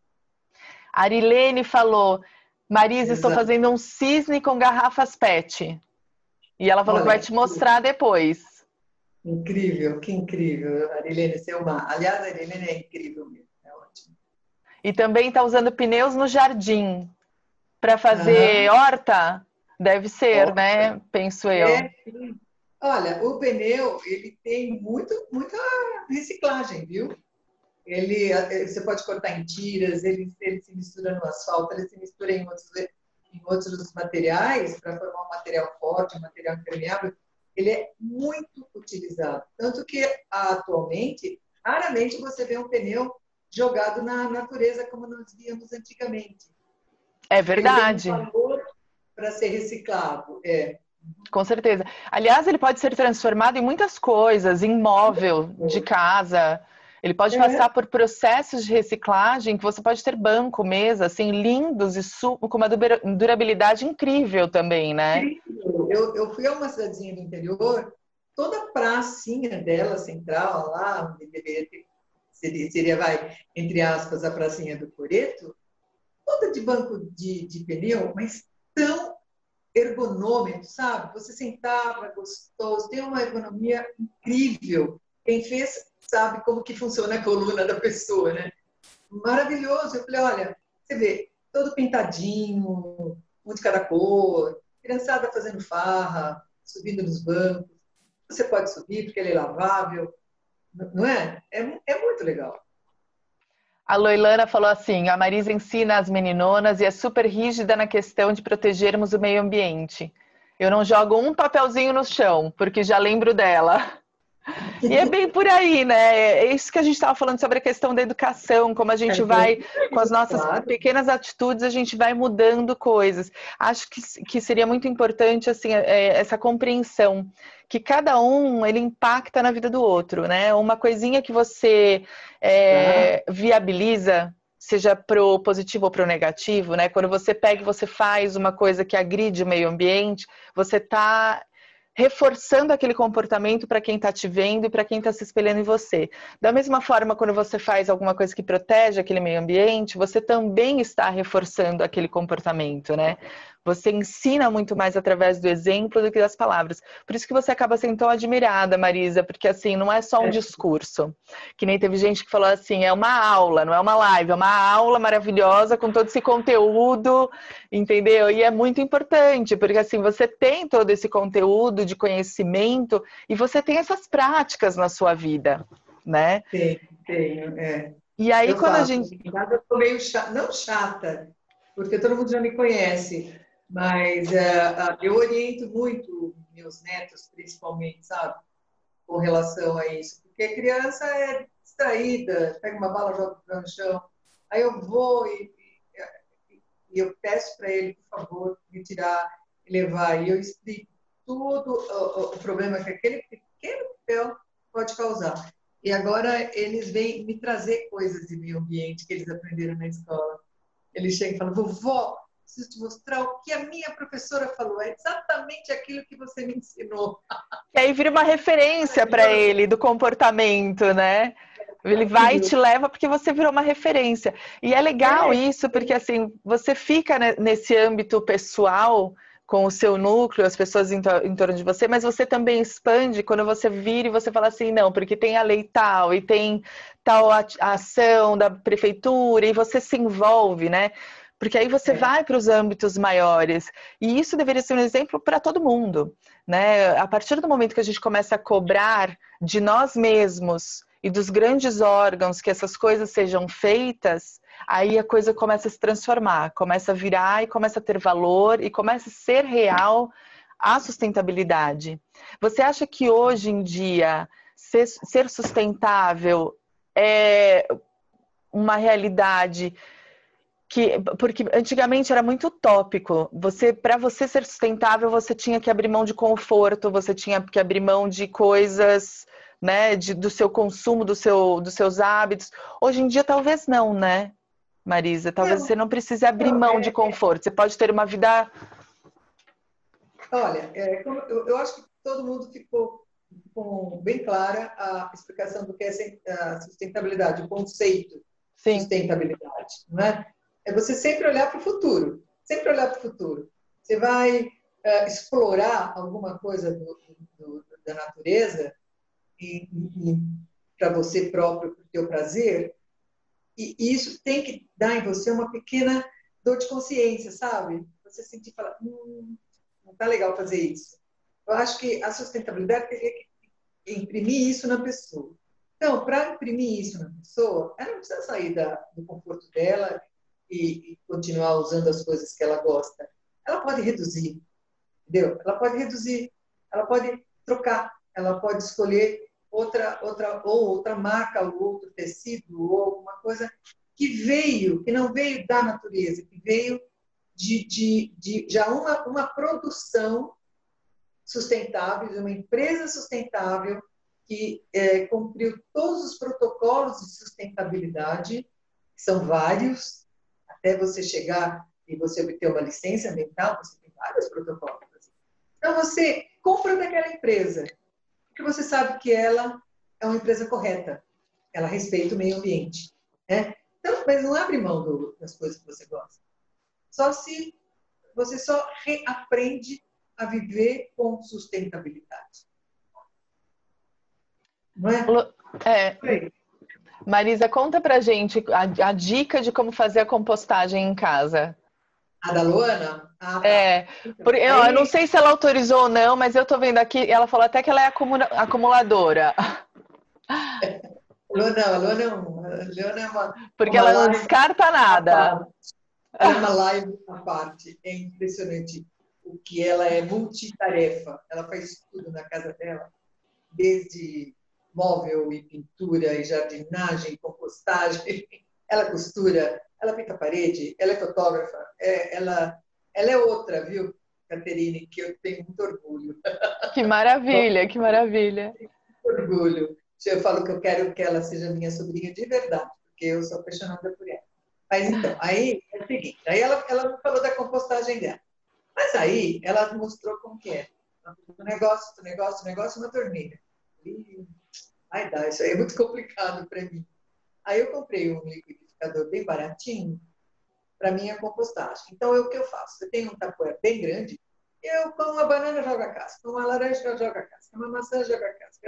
A Arilene falou: Marisa, estou Exato. fazendo um cisne com garrafas PET. E ela falou que vai Olha, te mostrar depois. incrível, que incrível, Arilene, seu mar. Aliás, a Arilene é incrível mesmo, é ótimo. E também está usando pneus no jardim para fazer Aham. horta. Deve ser, Ó, né? Penso eu. é, sim. Olha, o pneu, ele tem muito, muita reciclagem, viu? Ele, eh, você pode cortar em tiras, ele, ele se mistura no asfalto, ele se mistura em outros, em outros materiais para formar um material forte, um material impermeável. Ele é muito utilizado. Tanto que, atualmente, raramente você vê um pneu jogado na natureza como nós víamos antigamente. É Porque ele tem um verdade. valor para ser reciclado. É. Com certeza. Aliás, ele pode ser transformado em muitas coisas, em móvel de casa. Ele pode É. passar por processos de reciclagem que você pode ter banco, mesa, assim, lindos e su- com uma dura- durabilidade incrível também, né? Incrível. Eu, eu fui a uma cidadezinha do interior, toda a pracinha dela, central, lá, onde deveria ter, seria, seria, vai, entre aspas, a pracinha do Coreto, toda de banco de, de pneu, mas tão ergonômico, sabe? Você sentava, gostoso, tem uma ergonomia incrível. Quem fez sabe como que funciona a coluna da pessoa, né? Maravilhoso. Eu falei, olha, você vê, todo pintadinho, um de cada cor. Criançada fazendo farra, subindo nos bancos. Você pode subir porque ele é lavável, não é? É, é muito legal. A Loilana falou assim, a Marisa ensina as meninonas e é super rígida na questão de protegermos o meio ambiente. Eu não jogo um papelzinho no chão, porque já lembro dela. E é bem por aí, né? É isso que a gente estava falando sobre a questão da educação, como a gente É bem vai, por com as aí, nossas claro. pequenas atitudes, a gente vai mudando coisas. Acho que, que seria muito importante, assim, é, essa compreensão, que cada um, ele impacta na vida do outro, né? Uma coisinha que você Tá? é, viabiliza, seja pro positivo ou pro negativo, né? Quando você pega e você faz uma coisa que agride o meio ambiente, você está reforçando aquele comportamento para quem está te vendo e para quem está se espelhando em você. Da mesma forma, quando você faz alguma coisa que protege aquele meio ambiente, você também está reforçando aquele comportamento, né? Você ensina muito mais através do exemplo do que das palavras. Por isso que você acaba sendo tão admirada, Marisa, porque assim, não é só um É, discurso. Que nem teve gente que falou assim, é uma aula, não é uma live, é uma aula maravilhosa com todo esse conteúdo, entendeu? E é muito importante, porque assim, você tem todo esse conteúdo de conhecimento e você tem essas práticas na sua vida, né? tenho, tenho, é. E aí, Eu quando a faço. gente... Em casa eu sou meio chata, não chata, porque todo mundo já me conhece, mas é, eu oriento muito meus netos, principalmente, sabe? Com relação a isso. Porque a criança é distraída, pega uma bala, joga no chão. Aí eu vou e, e, e eu peço para ele, por favor, me tirar e levar. E eu explico tudo o, o problema que aquele pequeno papel pode causar. E agora eles vêm me trazer coisas de meio ambiente que eles aprenderam na escola. Eles chegam e falam, vovó, preciso te mostrar o que a minha professora falou. É exatamente aquilo que você me ensinou. E aí vira uma referência para ele do comportamento, né? Ele vai e te leva porque você virou uma referência. E é legal É, isso, porque assim, você fica nesse âmbito pessoal com o seu núcleo, as pessoas em, em torno de você, mas você também expande quando você vira e você fala assim, não, porque tem a lei tal e tem tal a ação da prefeitura e você se envolve, né? Porque aí você é. vai para os âmbitos maiores. E isso deveria ser um exemplo para todo mundo, né? A partir do momento que a gente começa a cobrar de nós mesmos e dos grandes órgãos que essas coisas sejam feitas, aí a coisa começa a se transformar, começa a virar e começa a ter valor e começa a ser real a sustentabilidade. Você acha que hoje em dia ser, ser sustentável é uma realidade que, porque antigamente era muito utópico. Você, para você ser sustentável, você tinha que abrir mão de conforto, você tinha que abrir mão de coisas, né, de, do seu consumo, do seu, dos seus hábitos. Hoje em dia, talvez não, né, Marisa? Talvez Não, você não precise abrir não, mão de é, conforto. Você pode ter uma vida... olha, é, como- eu, eu acho que todo mundo ficou com bem clara a explicação do que é sen- a sustentabilidade, o conceito de Sim. sustentabilidade, não é? É você sempre olhar para o futuro, sempre olhar para o futuro. Você vai é, explorar alguma coisa do, do, da natureza e, e, para você próprio, para o teu prazer, e, e isso tem que dar em você uma pequena dor de consciência, sabe? Você sentir e falar, hum, não está legal fazer isso. Eu acho que a sustentabilidade teria que imprimir isso na pessoa. Então, para imprimir isso na pessoa, ela não precisa sair da, do conforto dela e, e continuar usando as coisas que ela gosta. Ela pode reduzir, entendeu? Ela pode reduzir, ela pode trocar, ela pode escolher outra, outra, ou outra marca, ou outro tecido, ou alguma coisa que veio, que não veio da natureza, que veio de, de, de já uma, uma produção sustentável, de uma empresa sustentável que é, cumpriu todos os protocolos de sustentabilidade, que são vários, até você chegar e você obter uma licença ambiental, você tem vários protocolos. Então, você compra daquela empresa, porque você sabe que ela é uma empresa correta, ela respeita o meio ambiente. Né? Então, mas não abre mão do, das coisas que você gosta. Só se você só reaprende a viver com sustentabilidade. Não é? É, É. Marisa, conta pra gente a, a dica de como fazer a compostagem em casa. A da Luana? Ah, tá. É, Então, por- eu, eu não aí, sei se ela autorizou ou não, mas eu tô vendo aqui, ela falou até que ela é acumula- acumuladora, a Luana, a Luana, é uma, a Luana é uma, porque uma ela não live descarta à nada. parte. Ela é uma live à parte. É impressionante o que ela é multitarefa. Ela faz tudo na casa dela, desde móvel e pintura e jardinagem, compostagem. Ela costura, ela pinta a parede, ela é fotógrafa, é, ela, ela é outra, viu, Caterine, que eu tenho muito orgulho. Que maravilha, que maravilha. Orgulho. Eu falo que eu quero que ela seja minha sobrinha de verdade, porque eu sou apaixonada por ela. Mas então, aí é o seguinte, aí ela, ela me falou da compostagem dela. Mas aí ela mostrou como que é. Um negócio, um negócio, um negócio, uma torneira. E, ai, dá, isso aí é muito complicado para mim. Aí eu comprei um liquidificador bem baratinho para minha compostagem. Então, é o que eu faço? Eu tenho um tapoé bem grande, eu como uma banana, jogo a casca, como uma laranja, eu jogo a casca, uma maçã, jogo a casca.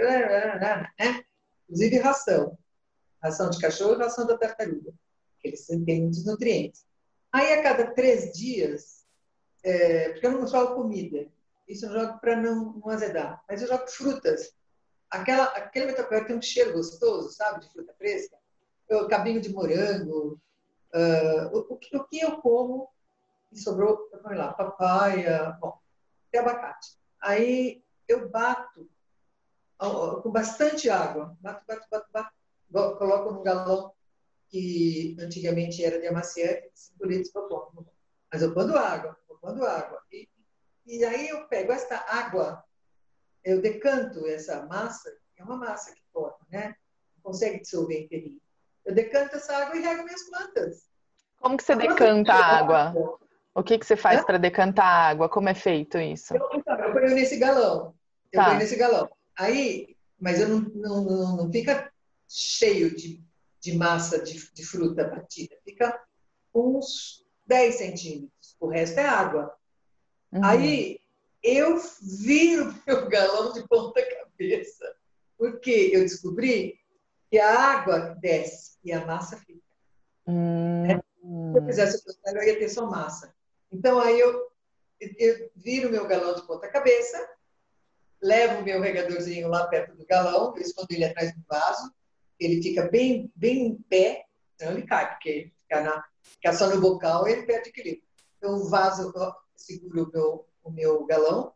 Né? Inclusive ração. Ração de cachorro e ração da tartaruga. Que eles têm muitos nutrientes. Aí, a cada três dias, é, porque eu não jogo comida, isso eu jogo para não, não azedar, mas eu jogo frutas. Aquela, aquele metapoé tem um cheiro gostoso, sabe, de fruta fresca. Eu, cabinho de morango, uh, o, o, que, o que eu como e sobrou, eu ponho lá, papaya, bom, tem abacate. Aí eu bato ó, com bastante água, bato, bato, bato, bato, coloco num galão que antigamente era de amaciante, cinco litros para pôr. Mas eu pondo água, eu pondo água. E, e aí eu pego esta água, eu decanto essa massa, que é uma massa que forma, né? Não consegue dissolver inteirinho. Eu decanto essa água e rego minhas plantas. Como que você A planta decanta a água? gosta. O que que você faz para decantar a água? Como é feito isso? Eu, então, eu ponho nesse galão. Eu ponho Tá. nesse galão. Aí, mas eu não, não, não, não fica cheio de, de massa de, de fruta batida. Fica uns dez centímetros. O resto é água. Uhum. Aí eu viro meu galão de ponta cabeça. Porque eu descobri que a água desce e a massa fica. Hum, Né? Se eu fizesse o contrário, eu ia ter só massa. Então, aí eu, eu viro meu galão de ponta cabeça, levo o meu regadorzinho lá perto do galão, eu escondo ele atrás do vaso, ele fica bem, bem em pé, senão ele cai, porque fica, na, fica só no bocal e ele perde equilíbrio. Então, o vaso, ó, seguro o meu, o meu galão,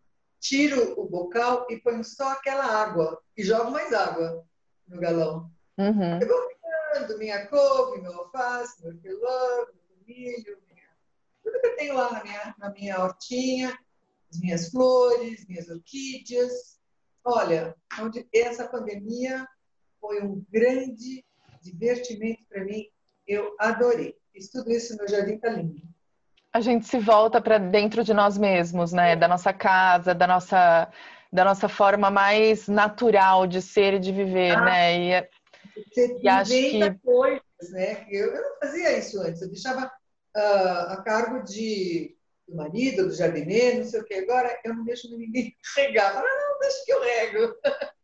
tiro o bocal e ponho só aquela água, e jogo mais água no galão. Eu uhum. vou ficando minha couve, meu alface, meu filó, meu milho, minha... tudo que eu tenho lá na minha, na minha hortinha, as minhas flores, minhas orquídeas. Olha, onde essa pandemia foi um grande divertimento para mim. Eu adorei. Fiz tudo isso, meu jardim está lindo. A gente se volta para dentro de nós mesmos, né? Da nossa casa, da nossa, da nossa forma mais natural de ser e de viver, Ah, né? E, é, você e acho inventa que coisas, né? Eu, eu não fazia isso antes. Eu deixava uh, a cargo de, do marido, do jardineiro, não sei o quê. Agora eu não deixo ninguém regar. Fala, não, deixa que eu rego.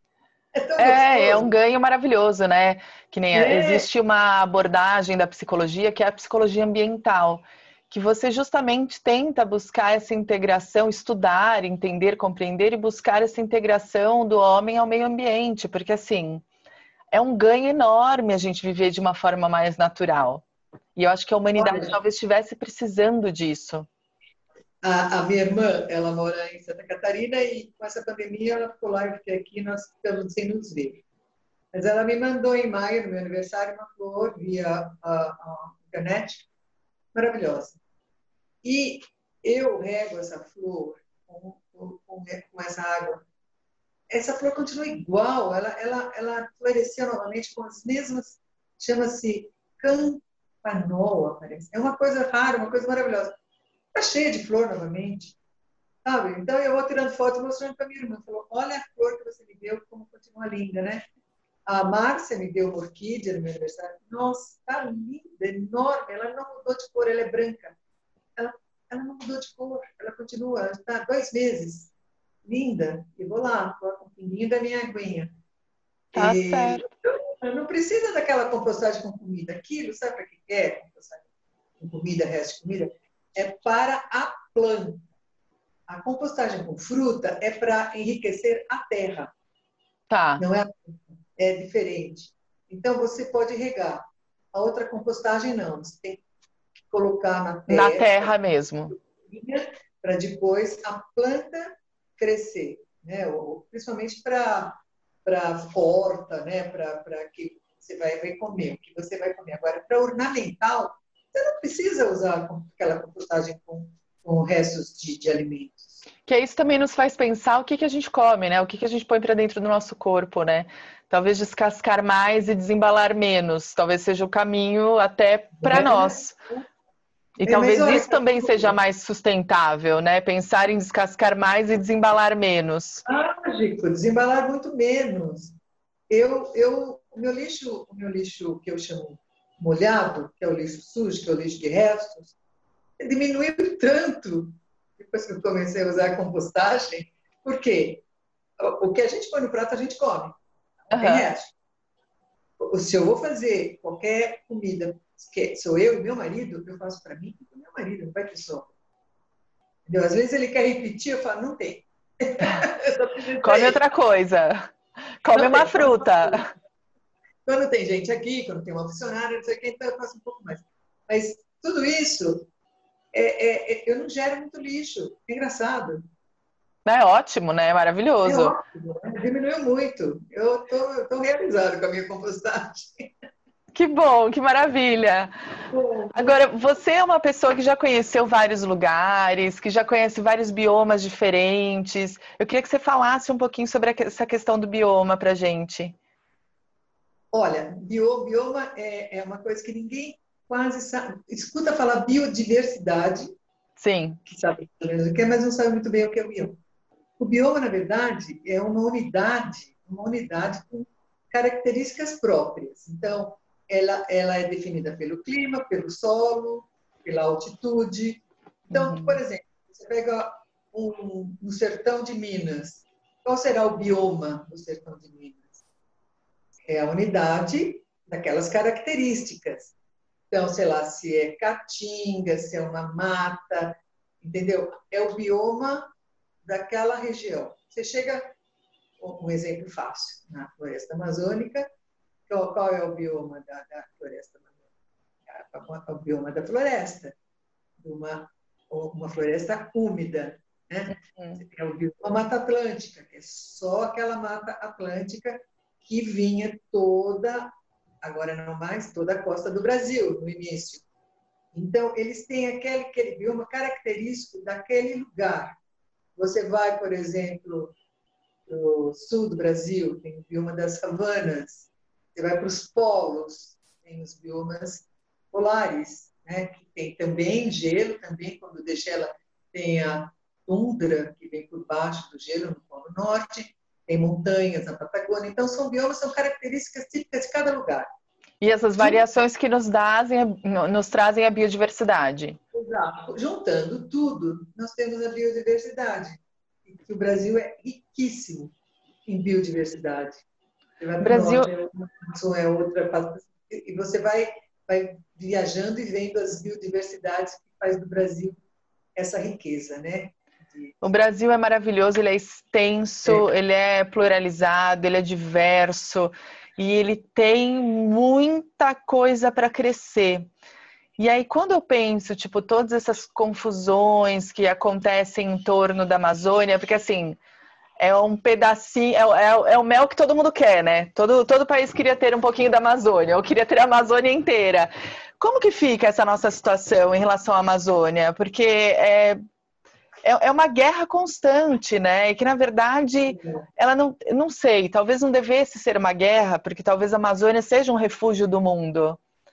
É tão é, é um gostoso. ganho maravilhoso, né? Que nem a- É, existe uma abordagem da psicologia que é a psicologia ambiental, que você justamente tenta buscar essa integração, estudar, entender, compreender e buscar essa integração do homem ao meio ambiente, porque assim, é um ganho enorme a gente viver de uma forma mais natural. E eu acho que a humanidade olha, talvez estivesse precisando disso. a, a minha irmã, ela mora em Santa Catarina e com essa pandemia ela ficou lá, eu fiquei aqui, nós ficamos sem nos ver. Mas ela me mandou em maio, no meu aniversário, uma flor via a, a internet, maravilhosa. E eu rego essa flor com, com, com essa água. Essa flor continua igual, ela, ela, ela floresceu novamente com as mesmas, chama-se campanola, parece. É uma coisa rara, uma coisa maravilhosa. Está cheia de flor novamente, sabe? Então eu vou tirando foto e mostrando para minha irmã. Falou, olha a flor que você me deu, como continua linda, né? A Márcia me deu uma orquídea no meu aniversário. Nossa, está linda, enorme. Ela não mudou de cor, ela é branca. Ela, ela não mudou de cor, ela continua, ela está dois meses. Linda. E vou lá, coloco um pinguinho da minha aguinha. Tá E certo. não precisa daquela compostagem com comida. Aquilo, sabe para que é compostagem com comida, resto de comida? é para a planta. A compostagem com fruta é para enriquecer a terra. Tá. Não é, é diferente. Então, você pode regar. A outra compostagem, não. Você tem que colocar na Na terra, terra mesmo. para depois a planta crescer, né? Ou, principalmente para para horta, né? Para que você vai, vai comer, o que você vai comer. Agora, para ornamental, você não precisa usar aquela compostagem com, com restos de, de alimentos. Que isso também nos faz pensar o que, que a gente come, né? O que, que a gente põe para dentro do nosso corpo, né? Talvez descascar mais e desembalar menos. Talvez seja o caminho até para É, nós. E é, mas talvez olha, isso também seja mais sustentável, né? Pensar em descascar mais e desembalar menos. mágico, desembalar muito menos. Eu, eu, o meu lixo, o meu lixo que eu chamo molhado, que é o lixo sujo, que é o lixo de restos, diminuiu tanto depois que eu comecei a usar a compostagem. Por quê? O o que a gente põe no prato, a gente come. Não tem Aham. resto. Se eu vou fazer qualquer comida, que sou eu e meu marido, eu faço para mim e para meu marido, não vai ter sobra. Entendeu? Às vezes ele quer repetir, eu falo, não tem. Eu só fiz isso Come aí. outra coisa. Come Não uma tem, come uma fruta. coisa. Quando tem gente aqui, quando tem uma funcionária, não sei o que, então eu faço um pouco mais. Mas tudo isso, é, é, é, eu não gero muito lixo. É engraçado. É ótimo, né? É Maravilhoso. ótimo, né? Diminuiu muito. Eu estou realizado com a minha compostagem. Que bom, que maravilha. Agora, você é uma pessoa que já conheceu vários lugares, que já conhece vários biomas diferentes. Eu queria que você falasse um pouquinho sobre essa questão do bioma pra gente. Olha, bio, bioma é, é uma coisa que ninguém quase sabe. Escuta falar biodiversidade, Sim. que sabe pelo menos o que é, mas não sabe muito bem o que é o bioma. O bioma, na verdade, é uma unidade, uma unidade com características próprias. Então, ela, ela é definida pelo clima, pelo solo, pela altitude. Então, por Uhum. exemplo, você pega um, um sertão de Minas. Qual será o bioma do sertão de Minas? É a unidade daquelas características. Então, sei lá, se é caatinga, se é uma mata, entendeu? É o bioma daquela região. Você chega, um exemplo fácil, na floresta amazônica, qual, qual é o bioma da, da floresta amazônica? É o bioma da floresta, uma, uma floresta úmida, né? Você tem o bioma Mata Atlântica, que é só aquela mata atlântica que vinha toda, agora não mais, toda a costa do Brasil, no início. Então, eles têm aquele, aquele bioma característico daquele lugar. Você vai, por exemplo, para o sul do Brasil, tem o bioma das savanas. Você vai para os polos, tem os biomas polares, né? Que tem também gelo, também quando degela tem a tundra, que vem por baixo do gelo no Polo Norte, tem montanhas na Patagônia. Então, são biomas, são características típicas de cada lugar. E essas variações que nos, dazem, nos trazem a biodiversidade. Exato. Juntando tudo, nós temos a biodiversidade. E o Brasil é riquíssimo em biodiversidade. Você vai O para o Brasil, norte, é uma, sul é outra, e você vai, vai viajando e vendo as biodiversidades que faz do Brasil essa riqueza, né? De, o Brasil é maravilhoso, ele é extenso, é, ele é pluralizado, ele é diverso e ele tem muita coisa para crescer. E aí, quando eu penso, tipo, todas essas confusões que acontecem em torno da Amazônia, porque assim, é um pedacinho, é, é, é o mel que todo mundo quer, né? Todo, todo país queria ter um pouquinho da Amazônia, ou queria ter a Amazônia inteira. Como que fica essa nossa situação em relação à Amazônia? Porque é, é, é uma guerra constante, né? E que, na verdade, ela não, não sei, talvez não devesse ser uma guerra, porque talvez a Amazônia seja um refúgio do mundo.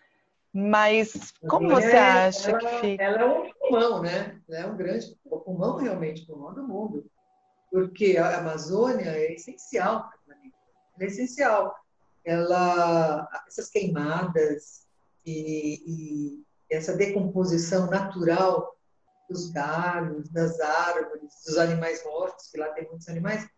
Mas a como Amazônia você é, acha que ela, fica? ela é um pulmão, né? Ela é um grande o pulmão, realmente, o pulmão do mundo. Porque a Amazônia é essencial para o planeta. Ela é essencial. Ela, essas queimadas e, e essa decomposição natural dos galhos, das árvores, dos animais mortos, que lá tem muitos animais,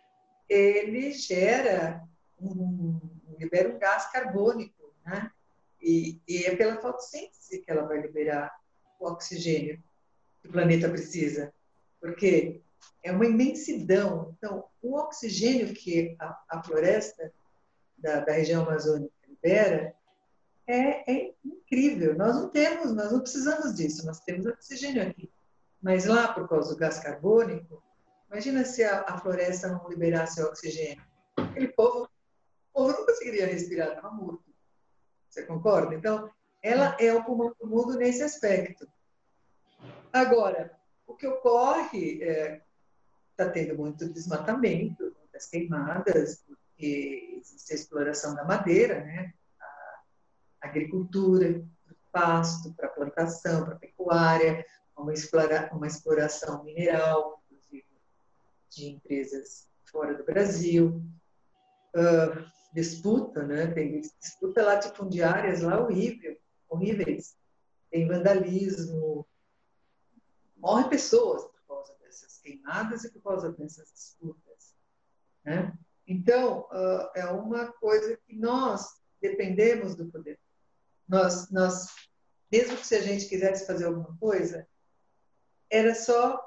ele gera um, libera um gás carbônico, né? E, e é pela fotossíntese que ela vai liberar o oxigênio. que o planeta precisa, porque é uma imensidão. Então, o oxigênio que a, a floresta da, da região amazônica libera é, é incrível. Nós não temos, nós não precisamos disso, nós temos oxigênio aqui. Mas lá, por causa do gás carbônico, imagina se a, a floresta não liberasse oxigênio. Aquele povo, o povo não conseguiria respirar, estava morto. Você concorda? Então, ela é o pulmão do mundo nesse aspecto. Agora, o que ocorre é está tendo muito desmatamento, muitas queimadas, porque existe a exploração da madeira, né? A agricultura, para o pasto, para a plantação, para a pecuária, uma, explora, uma exploração mineral, inclusive de empresas fora do Brasil, uh, disputa, né? Tem disputa latifundiárias lá horrível, horríveis, tem vandalismo, morrem pessoas por causa dessas queimadas e por causa dessas disputas, né? Então, uh, é uma coisa que nós dependemos do poder. Nós, nós, mesmo que se a gente quisesse fazer alguma coisa, era só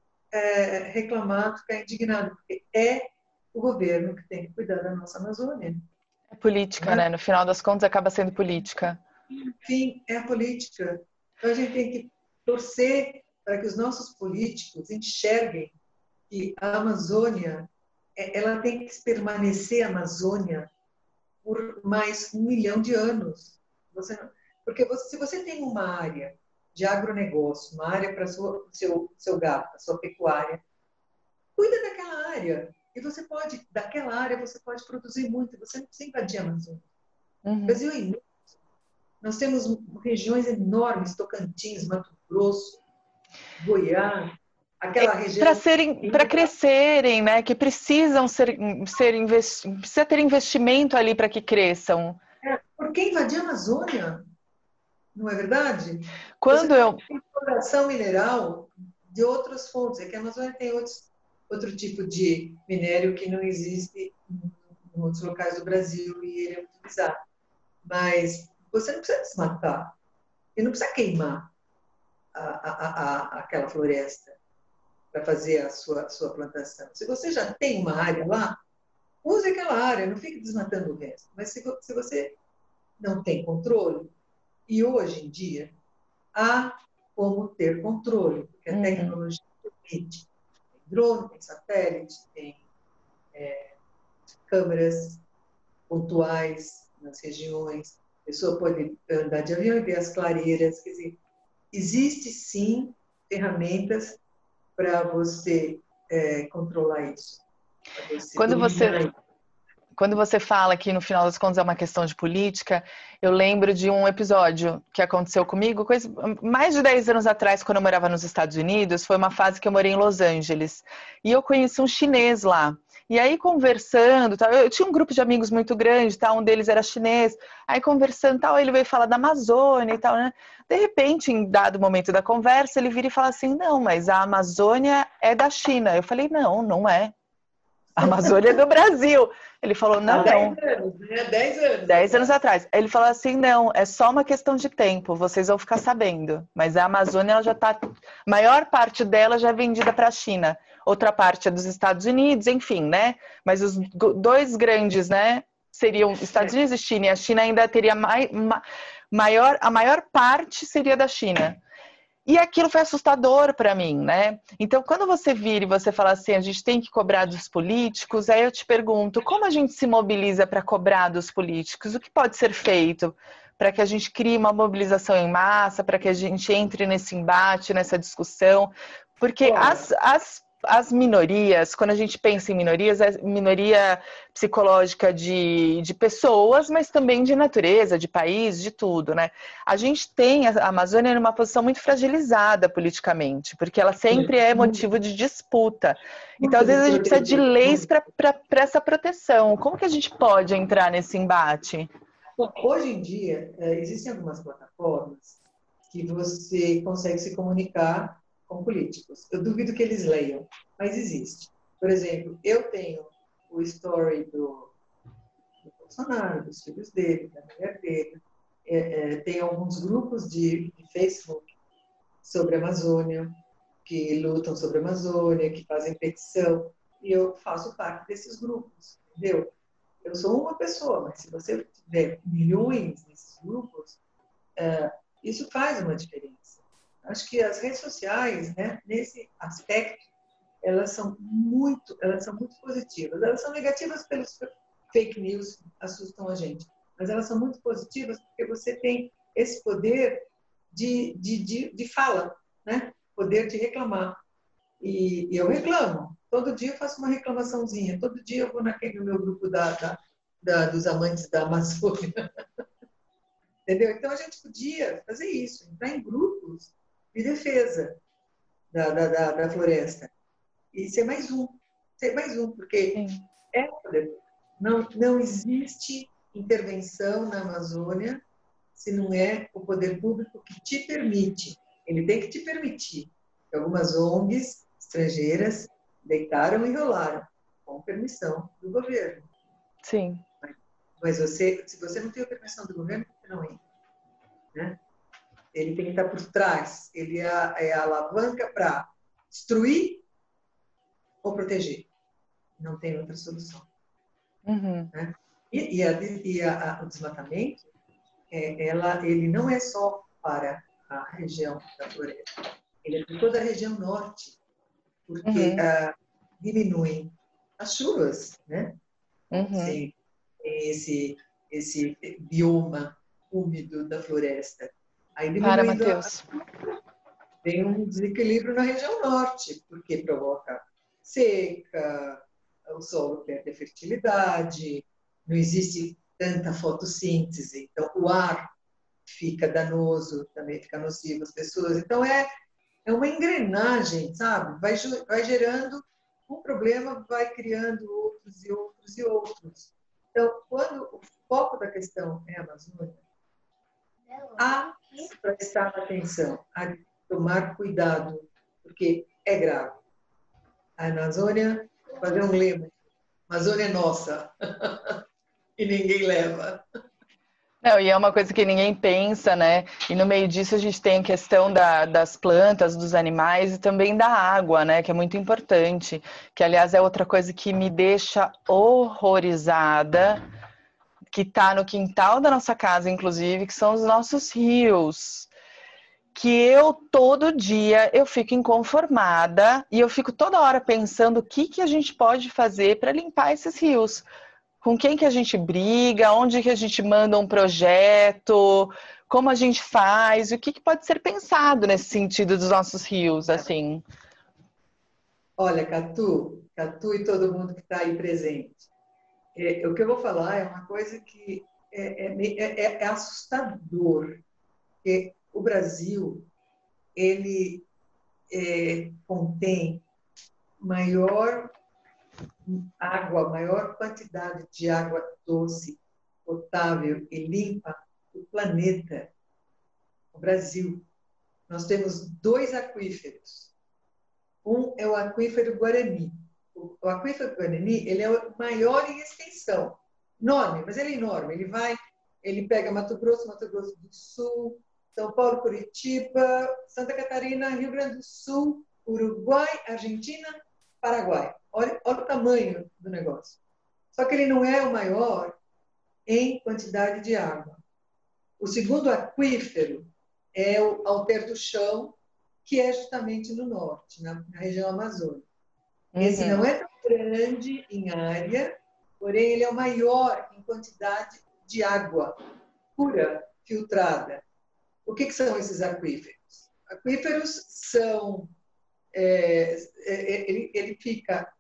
é, reclamar, ficar indignado, porque é o governo que tem que cuidar da nossa Amazônia. É política, né? No final das contas, acaba sendo política. Enfim, é a política. Então, a gente tem que torcer para que os nossos políticos enxerguem que a Amazônia, ela tem que permanecer Amazônia por mais um milhão de anos. Você não... Porque você, se você tem uma área de agronegócio, uma área para o seu, seu gado, a sua pecuária, cuida daquela área. E você pode, daquela área, você pode produzir muito. Você não precisa invadir a Amazônia. Uhum. O Brasil é imenso. Nós temos regiões enormes, Tocantins, Mato Grosso, Goiás, aquela região... Para serem, para crescerem, né? Que precisam ser, ser investi... precisa ter investimento ali para que cresçam. É, por que invadir a Amazônia? Não é verdade? Quando Você eu... tem exploração mineral de outras fontes. É que a Amazônia tem outros, outro tipo de minério que não existe em outros locais do Brasil e ele é utilizado. Mas você não precisa desmatar. Você não precisa queimar a, a, a, aquela floresta para fazer a sua, sua plantação. Se você já tem uma área lá, use aquela área, não fique desmatando o resto. Mas se, se você não tem controle, e hoje em dia há como ter controle, porque a uhum. tecnologia permite. Tem drone, tem satélite, tem é, câmeras pontuais nas regiões, a pessoa pode andar de avião e ver as clareiras, quer dizer, existe sim ferramentas para você é, controlar isso. Você Quando você... Quando você fala que no final das contas é uma questão de política, eu lembro de um episódio que aconteceu comigo coisa, mais de dez anos atrás, quando eu morava nos Estados Unidos. Foi uma fase que eu morei em Los Angeles. E eu conheci um chinês lá. E aí, conversando, tal, eu tinha um grupo de amigos muito grande, tal, um deles era chinês. Aí, conversando, tal, ele veio falar da Amazônia e tal, né? De repente, em dado momento da conversa, ele vira e fala assim, não, mas a Amazônia é da China. Eu falei, não, não é. A Amazônia é do Brasil. Ele falou, não, Há não. dez anos, né? dez anos. dez anos atrás. Ele falou assim, não, é só uma questão de tempo, vocês vão ficar sabendo. Mas a Amazônia, ela já tá... A maior parte dela já é vendida para a China. Outra parte é dos Estados Unidos, enfim, né? Mas os dois grandes, né, seriam Estados Unidos e China. E a China ainda teria mai... maior... A maior parte seria da China. E aquilo foi assustador para mim, né? Então, quando você vira e você fala assim, a gente tem que cobrar dos políticos, aí eu te pergunto, como a gente se mobiliza para cobrar dos políticos? O que pode ser feito para que a gente crie uma mobilização em massa, para que a gente entre nesse embate, nessa discussão? Porque as, as as minorias, quando a gente pensa em minorias, é minoria psicológica de, de pessoas, mas também de natureza, de país, de tudo, né? A gente tem a Amazônia numa posição muito fragilizada politicamente, porque ela sempre é motivo de disputa. Então, às vezes, a gente precisa de leis para essa proteção. Como que a gente pode entrar nesse embate? Bom, hoje em dia, existem algumas plataformas que você consegue se comunicar com políticos. Eu duvido que eles leiam, mas existe. Por exemplo, eu tenho o story do, do Bolsonaro, dos filhos dele, da mulher dele. É, é, tem alguns grupos de, de Facebook, sobre a Amazônia, que lutam sobre a Amazônia, que fazem petição, e eu faço parte desses grupos, entendeu? Eu sou uma pessoa, mas se você tiver milhões nesses grupos, é, isso faz uma diferença. Acho que as redes sociais, né, nesse aspecto, elas são muito, elas são muito positivas. Elas são negativas pelos fake news que assustam a gente, mas elas são muito positivas porque você tem esse poder de, de, de, de fala, né? Poder de reclamar. E, e eu reclamo. Todo dia eu faço uma reclamaçãozinha. Todo dia eu vou naquele no meu grupo da, da, da, dos amantes da Amazônia. Entendeu? Então a gente podia fazer isso, entrar em grupos de defesa da, da, da, da floresta. E ser mais um. Ser mais um, porque Sim. é poder. Não, não existe intervenção na Amazônia se não é o poder público que te permite. Ele tem que te permitir. Algumas O N Gs estrangeiras deitaram e rolaram, com permissão do governo. Sim. Mas você, se você não tem a permissão do governo, você não entra. Né? Ele tem que estar por trás. Ele é a, é a alavanca para destruir ou proteger. Não tem outra solução. Uhum. Né? E, e, a, e a, a, o desmatamento, é, ela, ele não é só para a região da floresta, ele é para toda a região norte, porque Uhum. ah, diminuem as chuvas, né? Uhum. Sim, esse, esse bioma úmido da floresta. Aí Para, diminuindo, a, Matheus. tem um desequilíbrio na região norte, porque provoca seca, o solo perde a fertilidade, não existe tanta fotossíntese, então o ar fica danoso, também fica nocivo às pessoas. Então é, é uma engrenagem, sabe? Vai, vai gerando um problema, vai criando outros e outros e outros. Então, quando o foco da questão é a Amazônia, há que prestar atenção, há que tomar cuidado, porque é grave. A Amazônia, fazer um lema, Amazônia é nossa, e ninguém leva. Não, e é uma coisa que ninguém pensa, né? E no meio disso a gente tem a questão da, das plantas, dos animais e também da água, né? Que é muito importante. Que, aliás, é outra coisa que me deixa horrorizada, que tá no quintal da nossa casa, inclusive, que são os nossos rios. Que eu, todo dia, eu fico inconformada e eu fico toda hora pensando o que, que a gente pode fazer para limpar esses rios. Com quem que a gente briga, onde que a gente manda um projeto, como a gente faz, o que, que pode ser pensado nesse sentido dos nossos rios, assim. Olha, Catu, Catu e todo mundo que está aí presente. É, o que eu vou falar é uma coisa que é, é, é, é assustador. Porque o Brasil, ele é, contém maior água, maior quantidade de água doce, potável e limpa do planeta. O Brasil. Nós temos dois aquíferos. Um é o aquífero Guarani. O aquífero Guarani, ele é o maior em extensão. Enorme, mas ele é enorme. Ele vai, ele pega Mato Grosso, Mato Grosso do Sul, São Paulo, Curitiba, Santa Catarina, Rio Grande do Sul, Uruguai, Argentina, Paraguai. Olha, olha o tamanho do negócio. Só que ele não é o maior em quantidade de água. O segundo aquífero é o Alter do Chão, que é justamente no norte, na, na região amazônica. Esse não Uhum. é tão grande em área, porém ele é o maior em quantidade de água pura, filtrada. O que, que são esses aquíferos? Aquíferos são... É, é, ele, ele fica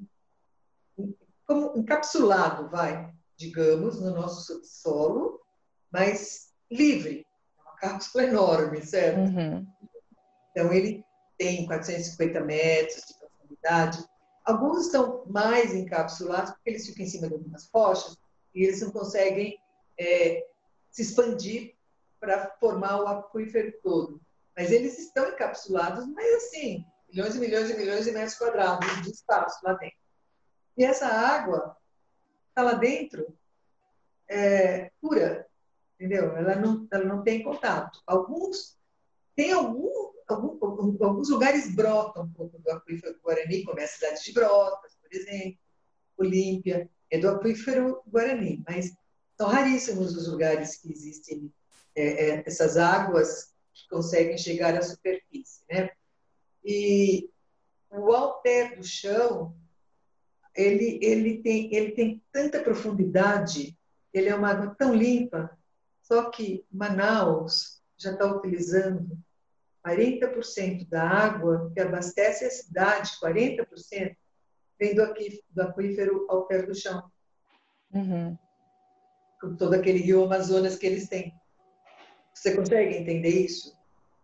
como encapsulado, vai, digamos, no nosso subsolo, mas livre. É uma cápsula enorme, certo? Uhum. Então, ele tem quatrocentos e cinquenta metros de profundidade. Alguns estão mais encapsulados, porque eles ficam em cima de algumas rochas e eles não conseguem é, se expandir para formar o aquífero todo. Mas eles estão encapsulados, mas assim, milhões e milhões e milhões de metros quadrados de espaço lá dentro. E essa água está lá dentro é, pura, entendeu? Ela não, ela não tem contato. Alguns, tem algum, algum, alguns lugares brotam um pouco do aquífero do Guarani, como é a cidade de Brotas, por exemplo, Olímpia, é do aquífero Guarani, mas são raríssimos os lugares que existem é, é, essas águas que conseguem chegar à superfície, né? E o alter do chão, ele, ele, tem, ele tem tanta profundidade, ele é uma água tão limpa, só que Manaus já está utilizando quarenta por cento da água que abastece a cidade, quarenta por cento, vem do, aqui, do aquífero alter do chão. Uhum. Com todo aquele rio Amazonas que eles têm. Você consegue entender isso?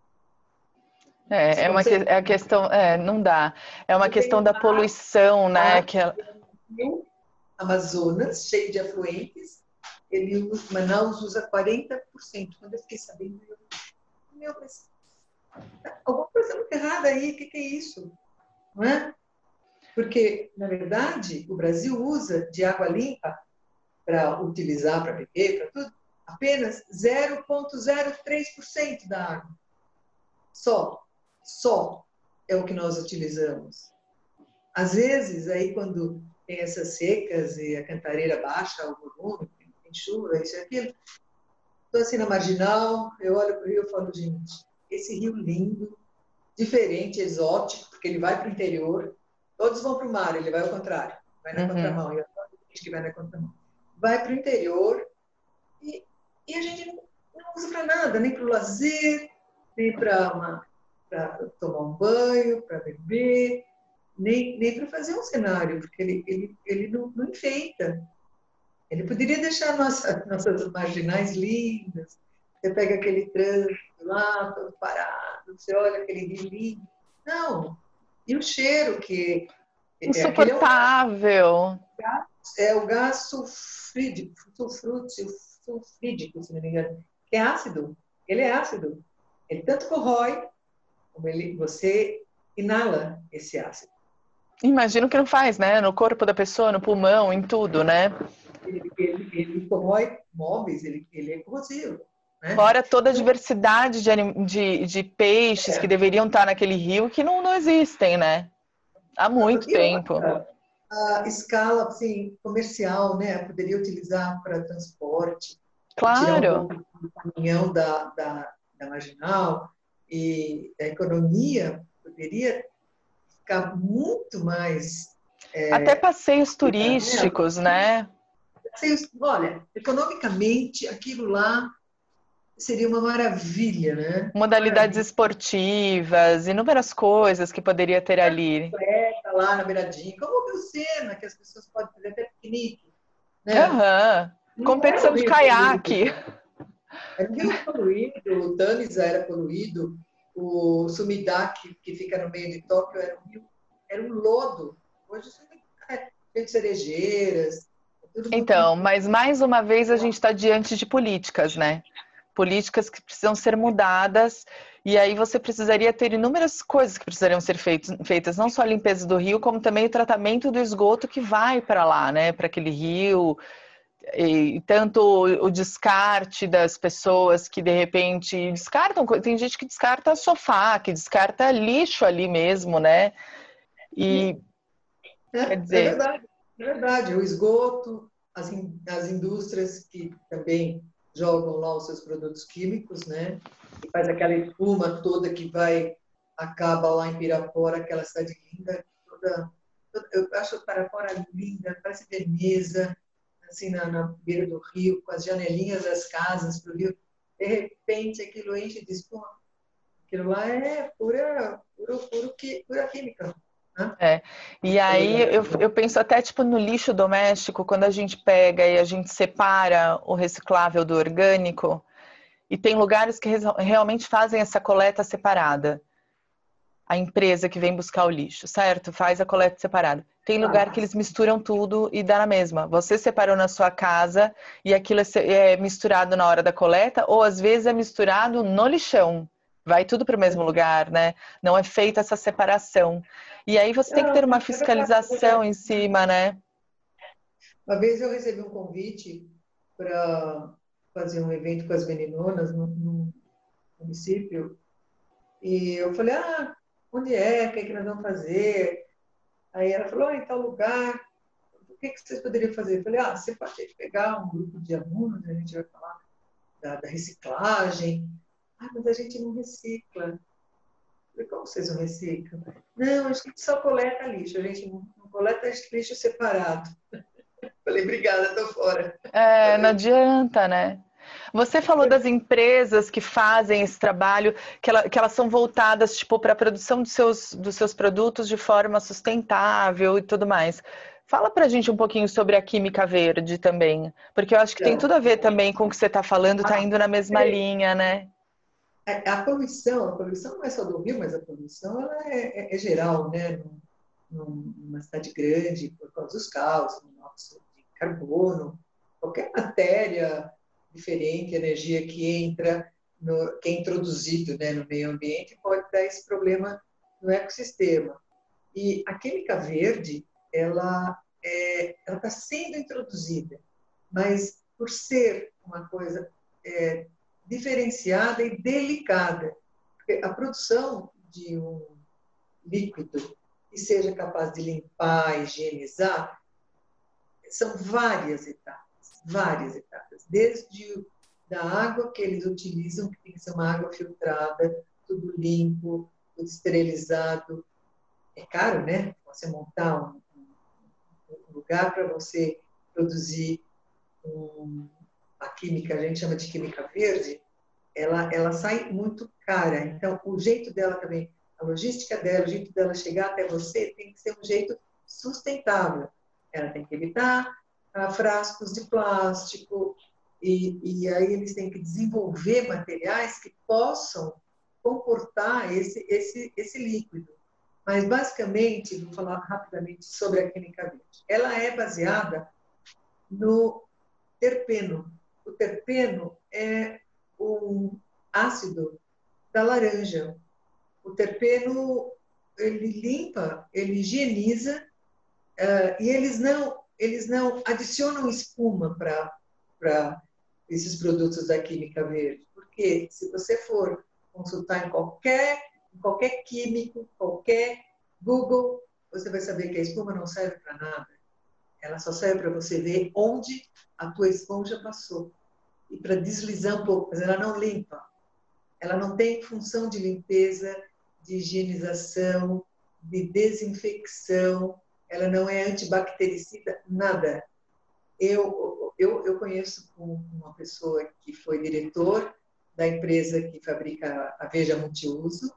Você É, é uma que, consegue? é a questão, é, não dá. É uma Você tem questão um da poluição, né? mar, Que ela... rio Amazonas, cheio de afluentes, ele usa, Manaus usa quarenta por cento. Quando eu fiquei sabendo, eu, meu, mas alguma coisa muito errada aí, o que, que é isso? Não é? Porque, na verdade, o Brasil usa de água limpa para utilizar, para beber, para tudo, apenas zero vírgula zero três por cento da água. Só. Só é o que nós utilizamos. Às vezes, aí quando tem essas secas e a cantareira baixa o volume, tem chuva, isso e aquilo, estou assim na marginal, eu olho para o rio e falo, gente, esse rio lindo, diferente, exótico, porque ele vai para o interior, todos vão para o mar, ele vai ao contrário, vai na Uhum. contramão, e eu falo, gente que vai na contramão. Vai para o interior e, e a gente não, não usa para nada, nem para o lazer, nem para tomar um banho, para beber, nem, nem para fazer um cenário, porque ele, ele, ele não, não enfeita. Ele poderia deixar nossa, nossas marginais lindas. Você pega aquele trânsito lá, todo parado, você olha aquele rio lindo. Não. E o cheiro que... É, aquele é o, Insuportável. é o gás sulfrídico, sulfrútico, sulfrídico, se não me engano, que é ácido. Ele é ácido. Ele tanto corrói, como ele, você inala esse ácido. Imagino que não faz, né? No corpo da pessoa, no pulmão, em tudo, né? Ele, ele, ele corrói móveis, ele, ele é corrosivo. Né? Fora toda a Então, diversidade de, anim- de, de peixes que é, deveriam estar naquele rio que não, não existem, né? Há muito e tempo. outra, a escala assim, comercial, né? Poderia utilizar para transporte, e tirar um Claro. pouco do caminhão da, da, da marginal, e a economia poderia ficar muito mais. Até passeios Né? turísticos, né? Olha, economicamente, aquilo lá seria uma maravilha, né? Modalidades Maravilha. esportivas, inúmeras coisas que poderia ter ali. Bicicleta lá na beiradinha, como o Rio Sena, que as pessoas podem fazer até piquenique, né? Aham. Não era Competição um de rio caiaque. poluído, era um rio poluído, o Tamisa era poluído, o Sumidaki, que fica no meio de Tóquio, era um rio, era um lodo. Hoje isso é cheio de cerejeiras, é tudo muito, Então, muito... mas mais uma vez a gente está diante de políticas, né? Políticas que precisam ser mudadas, e aí você precisaria ter inúmeras coisas que precisariam ser feitos, feitas, não só a limpeza do rio, como também o tratamento do esgoto que vai para lá, né? Para aquele rio, e tanto o descarte das pessoas que de repente descartam, tem gente que descarta sofá, que descarta lixo ali mesmo, né? E É, quer é dizer, verdade, é verdade. O esgoto, as, in- as indústrias que também jogam lá os seus produtos químicos, né? E faz aquela espuma toda que vai, acaba lá em Pirapora, aquela cidade linda, toda, toda- eu acho Pirapora linda, parece Veneza, assim, na, na beira do rio, com as janelinhas das casas para o rio. De repente, aquilo enche de espuma. Aquilo lá é pura, puro, puro, qui- pura química, né? é. E aí eu, eu penso até tipo no lixo doméstico, quando a gente pega e a gente separa o reciclável do orgânico, e tem lugares que res- realmente fazem essa coleta separada. A empresa que vem buscar o lixo, certo? Faz a coleta separada. Tem lugar que eles misturam tudo e dá na mesma. Você separou na sua casa e aquilo é se- é misturado na hora da coleta, ou às vezes é misturado no lixão. Vai tudo para o mesmo lugar, né? Não é feita essa separação. E aí você tem que ter Não, uma é verdade, é fiscalização verdade. em cima, né? Uma vez eu recebi um convite para fazer um evento com as meninonas no, no município E eu falei, ah, onde é? O que é que nós vamos fazer? Aí ela falou, ah, em tal lugar. O que, que vocês poderiam fazer? Eu falei, ah, você pode pegar um grupo de alunos, a gente vai falar da, da reciclagem. Ah, mas a gente não recicla. Eu falei, como vocês não reciclam? Não, a gente só coleta lixo, a gente não, não coleta lixo separado. Eu falei, obrigada, estou fora. É, não adianta, né? Você falou das empresas que fazem esse trabalho, que, ela, que elas são voltadas tipo, para a produção dos seus, dos seus produtos de forma sustentável e tudo mais. Fala para a gente um pouquinho sobre a Química Verde também, porque eu acho que tem Então, tudo a ver também com o que você está falando, está indo na mesma linha, né? a, a poluição, a poluição não é só do Rio, mas a poluição ela é, é, é geral, né? Num, numa cidade grande, por causa dos carros, monóxido de carbono, qualquer matéria diferente, energia que entra, no, que é introduzido, né, no meio ambiente, pode dar esse problema no ecossistema. E a química verde, ela é, ela está sendo introduzida, mas por ser uma coisa é, diferenciada e delicada, porque a produção de um líquido que seja capaz de limpar, higienizar, são várias etapas, várias etapas, desde da água que eles utilizam, que tem que ser uma água filtrada, tudo limpo, tudo esterilizado. É caro, né? Você montar um, um lugar para você produzir um, a química, a gente chama de química verde, ela, ela sai muito cara. Então, o jeito dela também, a logística dela, o jeito dela chegar até você tem que ser um jeito sustentável. Ela tem que evitar ah, frascos de plástico e, e aí eles têm que desenvolver materiais que possam comportar esse, esse, esse líquido. Mas, basicamente, vou falar rapidamente sobre a química verde. Ela é baseada no terpeno. O terpeno é um ácido da laranja. O terpeno, ele limpa, ele higieniza, uh, e eles não, eles não adicionam espuma para esses produtos da química verde. Porque se você for consultar em qualquer, em qualquer químico, qualquer Google, você vai saber que a espuma não serve para nada. Ela só serve para você ver onde a tua esponja passou. E para deslizar um pouco, mas ela não limpa. Ela não tem função de limpeza, de higienização, de desinfecção, ela não é antibactericida, nada. Eu, eu, eu conheço uma pessoa que foi diretor da empresa que fabrica a Veja Multiuso,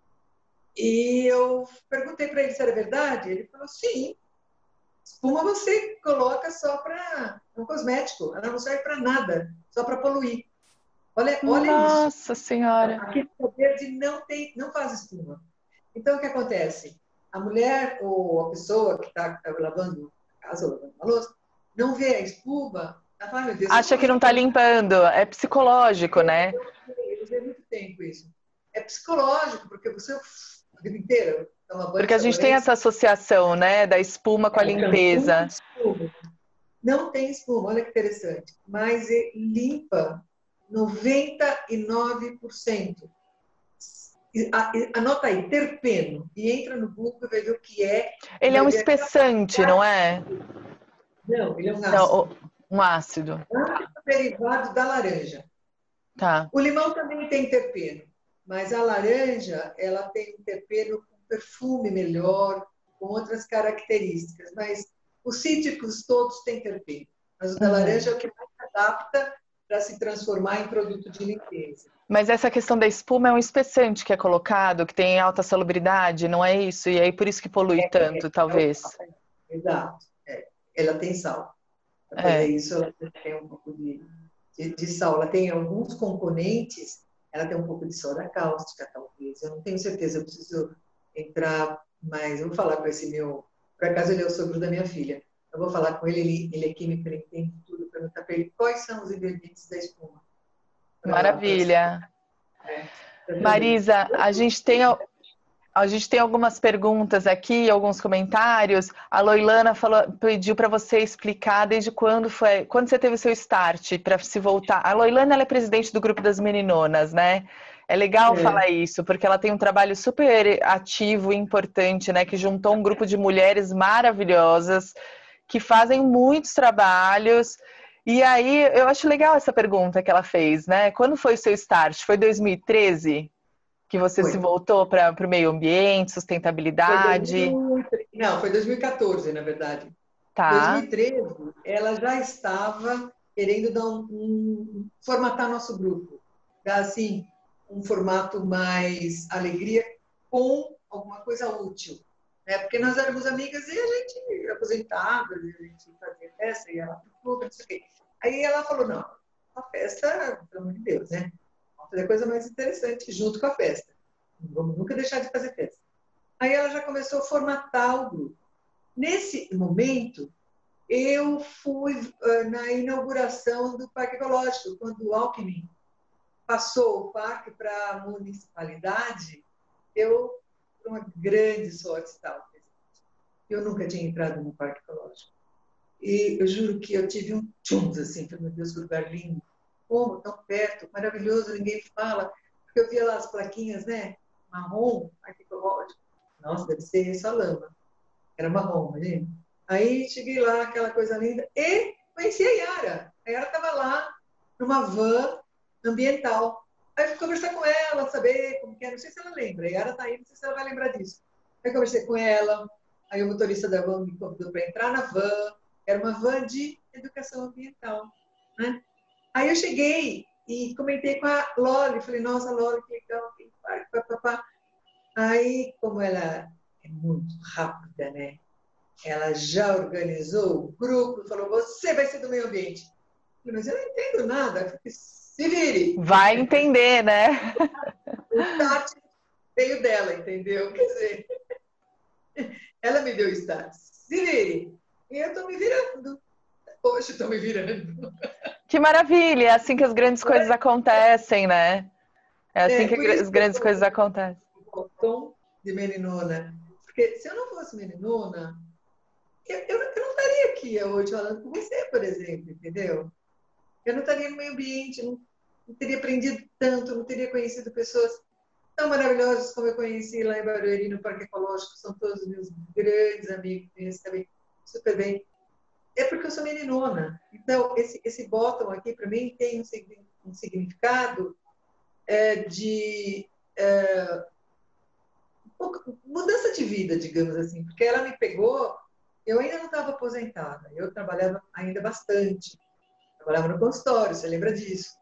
e eu perguntei para ele se era verdade, ele falou, sim, espuma você coloca só para um cosmético, ela não serve para nada, só para poluir. Olha, olha isso. Nossa Senhora! A química verde não, tem, não faz espuma. Então, o que acontece? A mulher ou a pessoa que está tá lavando a casa ou lavando a louça, não vê a espuma, ela fala, meu Deus, acha que não está limpando, é psicológico, né? Eu usei muito tempo isso. É psicológico, porque você a vida inteira toma banho, porque a gente tem essa associação, né, da espuma com a limpeza. Não tem espuma, olha que interessante, mas limpa noventa e nove por cento. Anota aí, terpeno, e entra no Google e vai ver o que é. Ele é um espessante, não é? Não, ele é um ácido. Não, um ácido. Um derivado da laranja. Tá. O limão também tem terpeno, mas a laranja, ela tem um terpeno com perfume melhor, com outras características, mas os cítricos todos têm terpeno, mas o da uhum. laranja é o que mais se adapta para se transformar em produto de limpeza. Mas essa questão da espuma é um espessante que é colocado, que tem alta salubridade, não é isso? E aí por isso que polui é, tanto, é, talvez. É, exato. É. Ela tem sal. Para fazer é. isso, ela tem um pouco de, de, de sal. Ela tem alguns componentes, ela tem um pouco de soda cáustica, talvez. Eu não tenho certeza, eu preciso entrar mais. Eu vou falar com esse meu... Por acaso, ele é o sogro da minha filha. Eu vou falar com ele, ele, ele é químico, ele entende tudo, perguntar para ele quais são os ingredientes da espuma. Maravilha. É. Marisa, a gente tem a gente tem algumas perguntas aqui, alguns comentários. A Loilana falou, pediu para você explicar desde quando foi, quando você teve o seu start para se voltar. A Loilana ela é presidente do grupo das meninonas, né? É legal É. falar isso, porque ela tem um trabalho super ativo e importante, né? Que juntou um grupo de mulheres maravilhosas que fazem muitos trabalhos. E aí, eu acho legal essa pergunta que ela fez, né? Quando foi o seu start? Foi dois mil e treze que você se Foi. voltou para o meio ambiente, Foi sustentabilidade? dois mil e treze. Não, foi dois mil e quatorze, na verdade. Tá, dois mil e treze, ela já estava querendo dar um, um- formatar nosso grupo, dar assim um formato mais alegria com alguma coisa útil, né? Porque nós éramos amigas e a gente aposentada, a gente fazia festa e ela clube, não sei o quê. Aí ela falou não, a festa, pelo amor de Deus, né? Vamos fazer coisa mais interessante junto com a festa. Não vamos nunca deixar de fazer festa. Aí ela já começou a formatar o grupo. Nesse momento, eu fui uh, na inauguração do Parque Ecológico, quando o Alckmin passou o parque para a municipalidade, eu, por uma grande sorte, estava presente. Eu nunca tinha entrado no Parque Ecológico. E eu juro que eu tive um tchums, assim, falei, meu Deus, que lugar lindo. Como, tão perto, maravilhoso, ninguém fala. Porque eu via lá as plaquinhas, né? Marrom, Parque Ecológico. Nossa, deve ser essa lama. Era marrom, imagina. Aí cheguei lá, aquela coisa linda, e conheci a Yara. A Yara estava lá, numa van ambiental. Aí fui conversar com ela, saber como que é, não sei se ela lembra. A Yara está aí, não sei se ela vai lembrar disso. Aí conversei com ela, aí o motorista da van me convidou para entrar na van. Era uma van de educação ambiental, né? Aí eu cheguei e comentei com a Loli, falei, nossa, Loli, que legal, que parque, papapá. Aí, como ela é muito rápida, né? Ela já organizou o grupo, falou, você vai ser do meio ambiente. Eu falei, mas eu não entendo nada. Eu falei, se vire. vai entender, né? O start veio dela, entendeu? Quer dizer, ela me deu o start. Se vire. E eu estou me virando. Hoje estou me virando. Que maravilha! É assim que as grandes coisas acontecem, né? É assim É, que por isso as que eu grandes coisas estou acontecem. com o tom de meninona. Porque se eu não fosse meninona, eu, eu, eu não estaria aqui hoje falando com você, por exemplo, entendeu? Eu não estaria no meio ambiente, não, não teria aprendido tanto, não teria conhecido pessoas tão maravilhosas como eu conheci lá em Barueri, no Parque Ecológico. São todos meus grandes amigos, conheço também super bem. É porque eu sou meninona. Então, esse, esse bottom aqui, para mim, tem um, um significado é, de é, mudança de vida, digamos assim. Porque ela me pegou, eu ainda não estava aposentada, eu trabalhava ainda bastante. Trabalhava no consultório, você lembra disso?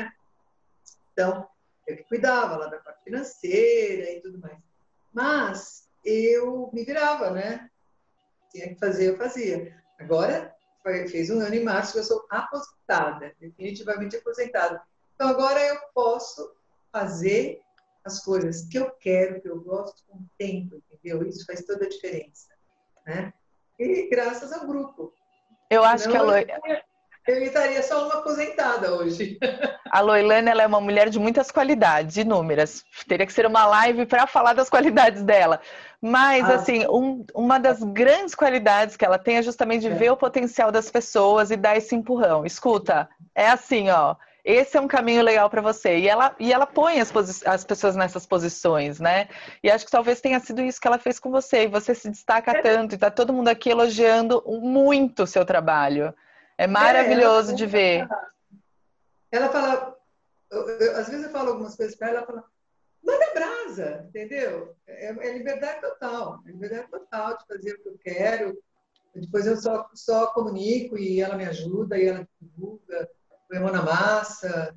Então, eu que cuidava lá da parte financeira e tudo mais. Mas eu me virava, né? Tinha que fazer, eu fazia. Agora, foi, fez um ano em março que eu sou aposentada, definitivamente aposentada. Então, agora eu posso fazer as coisas que eu quero, que eu gosto com o tempo, entendeu? Isso faz toda a diferença, né? E graças ao grupo. Eu acho que a, Senão, Lo... eu, eu estaria só uma aposentada hoje. a Loilane, ela é uma mulher de muitas qualidades, inúmeras. Teria que ser uma live para falar das qualidades dela. Mas, Ah, assim, um, uma das grandes qualidades que ela tem é justamente de ver o potencial das pessoas e dar esse empurrão. Escuta, é assim, ó. Esse é um caminho legal para você. E ela, e ela põe as, as pessoas nessas posições, né? E acho que talvez tenha sido isso que ela fez com você. E você se destaca tanto. E tá todo mundo aqui elogiando muito o seu trabalho. É é, ela, maravilhoso de ver. ela fala, eu, eu, às vezes eu falo algumas coisas para ela, ela fala, manda brasa, entendeu? É, é liberdade total, é liberdade total de fazer o que eu quero. Depois eu só, só comunico e ela me ajuda, e ela divulga, põe a mão na massa.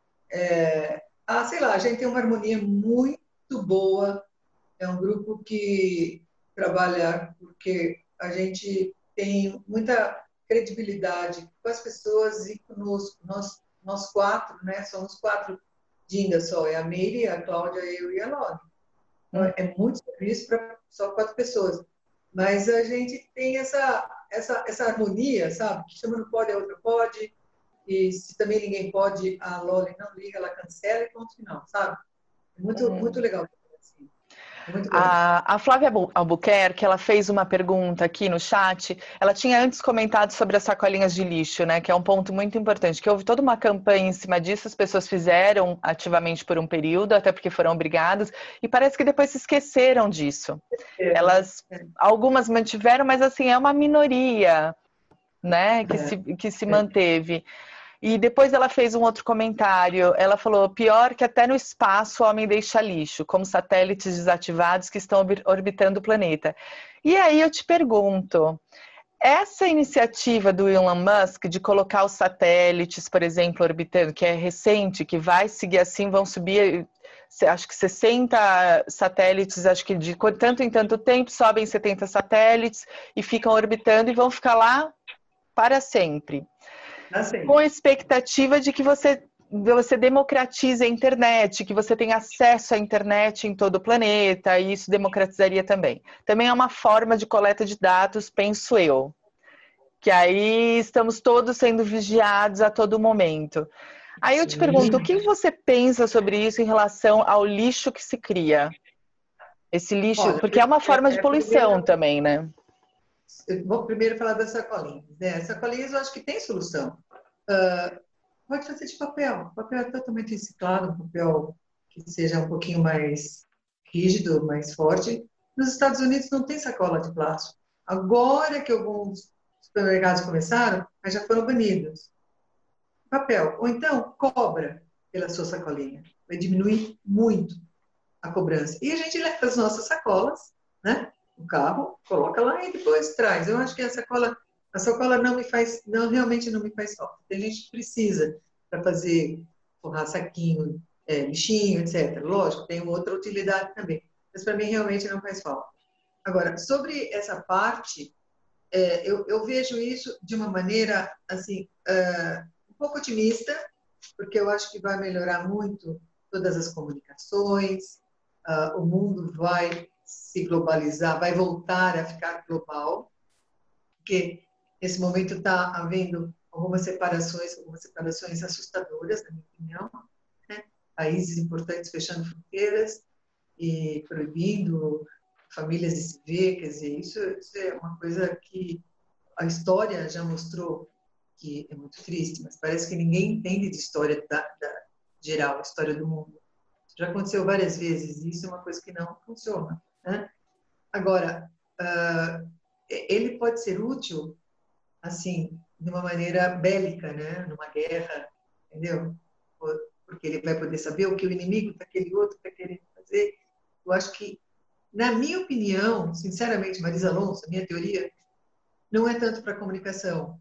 É, ah, sei lá, a gente tem uma harmonia muito boa. É um grupo que trabalha porque a gente tem muita credibilidade com as pessoas e conosco. Nós, nós quatro, né? Somos quatro Dinda só. É a Meire, a Cláudia, eu e a Lore. Então, é muito serviço para só quatro pessoas. Mas a gente tem essa, essa, essa harmonia, sabe? Que chama não pode, a outra pode. E se também ninguém pode, a Loli não liga, ela cancela e ponto final, sabe? É muito, muito Hum. legal. Assim. É muito bom. A, a Flávia Albuquerque, ela fez uma pergunta aqui no chat. Ela tinha antes comentado sobre as sacolinhas de lixo, né? Que é um ponto muito importante. Que houve toda uma campanha em cima disso, as pessoas fizeram ativamente por um período, até porque foram obrigadas, e parece que depois se esqueceram disso. É, Elas, é, algumas mantiveram, mas assim, é uma minoria, né? Que é, se, que se é. manteve. E depois ela fez um outro comentário. Ela falou: pior que até no espaço o homem deixa lixo, como satélites desativados que estão orbitando o planeta. E aí eu te pergunto: essa iniciativa do Elon Musk de colocar os satélites, por exemplo, orbitando, que é recente, que vai seguir assim, vão subir, acho que sessenta satélites, acho que de tanto em tanto tempo sobem setenta satélites e ficam orbitando e vão ficar lá para sempre, com Assim, a expectativa de que você, você democratize a internet, que você tenha acesso à internet em todo o planeta, e isso democratizaria também. Também é uma forma de coleta de dados, penso eu, que aí estamos todos sendo vigiados a todo momento. Aí eu te pergunto, o sim. que você pensa sobre isso em relação ao lixo que se cria? Esse lixo, Olha, porque é uma forma é, de é, primeiro, poluição também, né? eu vou primeiro falar das sacolinhas. Né? Sacolinhas eu acho que tem solução. Ah, pode fazer de papel. Papel é totalmente reciclado, um papel que seja um pouquinho mais rígido, mais forte. Nos Estados Unidos não tem sacola de plástico. Agora que alguns supermercados começaram, mas já foram banidos. Papel. Ou então, cobra pela sua sacolinha. Vai diminuir muito a cobrança. E a gente leva as nossas sacolas, né? No carro, coloca lá e depois traz. Eu acho que a sacola, a sacola não me faz, não, realmente não me faz falta. Tem gente que precisa para fazer, forrar saquinho, é, lixinho, etcétera. Lógico, tem outra utilidade também. Mas para mim realmente não faz falta. Agora, sobre essa parte, é, eu, eu vejo isso de uma maneira, assim, uh, um pouco otimista, porque eu acho que vai melhorar muito todas as comunicações, uh, o mundo vai se globalizar, vai voltar a ficar global, porque nesse momento está havendo algumas separações, algumas separações assustadoras, na minha opinião, né? Países importantes fechando fronteiras e proibindo famílias de se ver, quer dizer, isso, isso é uma coisa que a história já mostrou que é muito triste, mas parece que ninguém entende de história da, da geral, a história do mundo. Já aconteceu várias vezes e isso é uma coisa que não funciona, né? Agora, uh, ele pode ser útil, assim, de uma maneira bélica, né? Numa guerra, entendeu? Porque ele vai poder saber o que o inimigo daquele outro está querendo fazer. Eu acho que, na minha opinião, sinceramente, Marisa Alonso, minha teoria, não é tanto para comunicação,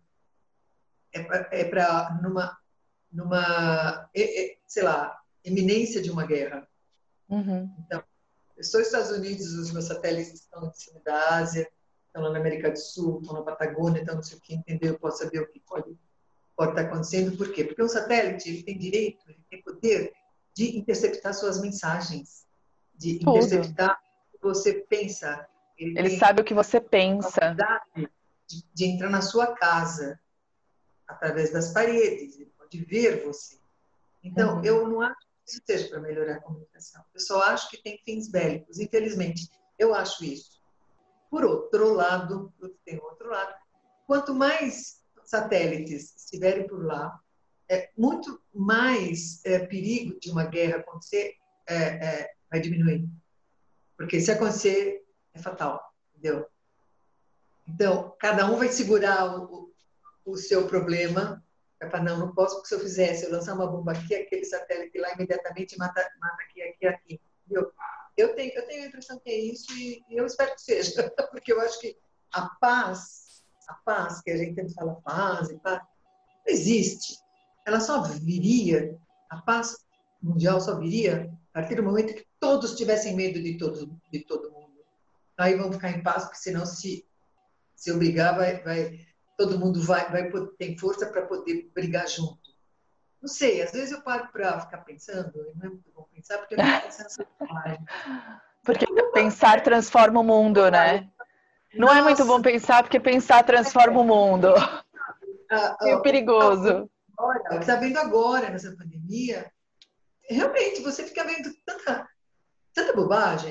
é para numa, numa, sei lá, eminência de uma guerra. Uhum. Então, eu sou dos Estados Unidos, os meus satélites estão em cima da Ásia, estão lá na América do Sul, estão na Patagônia, então não sei o que, entendeu? Eu posso saber o que pode, pode estar acontecendo. Por quê? Porque um satélite ele tem direito, ele tem poder de interceptar suas mensagens, de Tudo. interceptar o que você pensa. Ele Ele tem sabe o que você a pensa. capacidade de, de entrar na sua casa, através das paredes, ele pode ver você. Então, Uhum. eu não acho que isso seja para melhorar a comunicação. Eu só acho que tem fins bélicos. Infelizmente, eu acho isso. Por outro lado, tem outro lado, quanto mais satélites estiverem por lá, é, muito mais é, perigo de uma guerra acontecer é, é, vai diminuir. Porque se acontecer, é fatal, entendeu? Então, cada um vai segurar o, o seu problema. É para não, não posso, porque se eu fizesse, eu lançar uma bomba aqui, aquele satélite lá imediatamente mata, mata aqui, aqui, aqui. Entendeu? Eu tenho, eu tenho a impressão que é isso e, e eu espero que seja, porque eu acho que a paz, a paz, que a gente sempre fala paz e paz, não existe. Ela só viria, a paz mundial só viria a partir do momento que todos tivessem medo de todo, de todo mundo. Aí vão ficar em paz, porque senão se, se obrigar, vai, vai todo mundo vai, vai tem força para poder brigar junto. Não sei, às vezes eu paro para ficar pensando, não é muito bom pensar, porque eu fico pensando assim, ai, Porque pensar transforma o mundo, né? Não é muito bom nossa, pensar, porque pensar transforma o mundo. a, Meio a, o perigoso. que está vendo agora nessa pandemia, realmente você fica vendo tanta, tanta bobagem,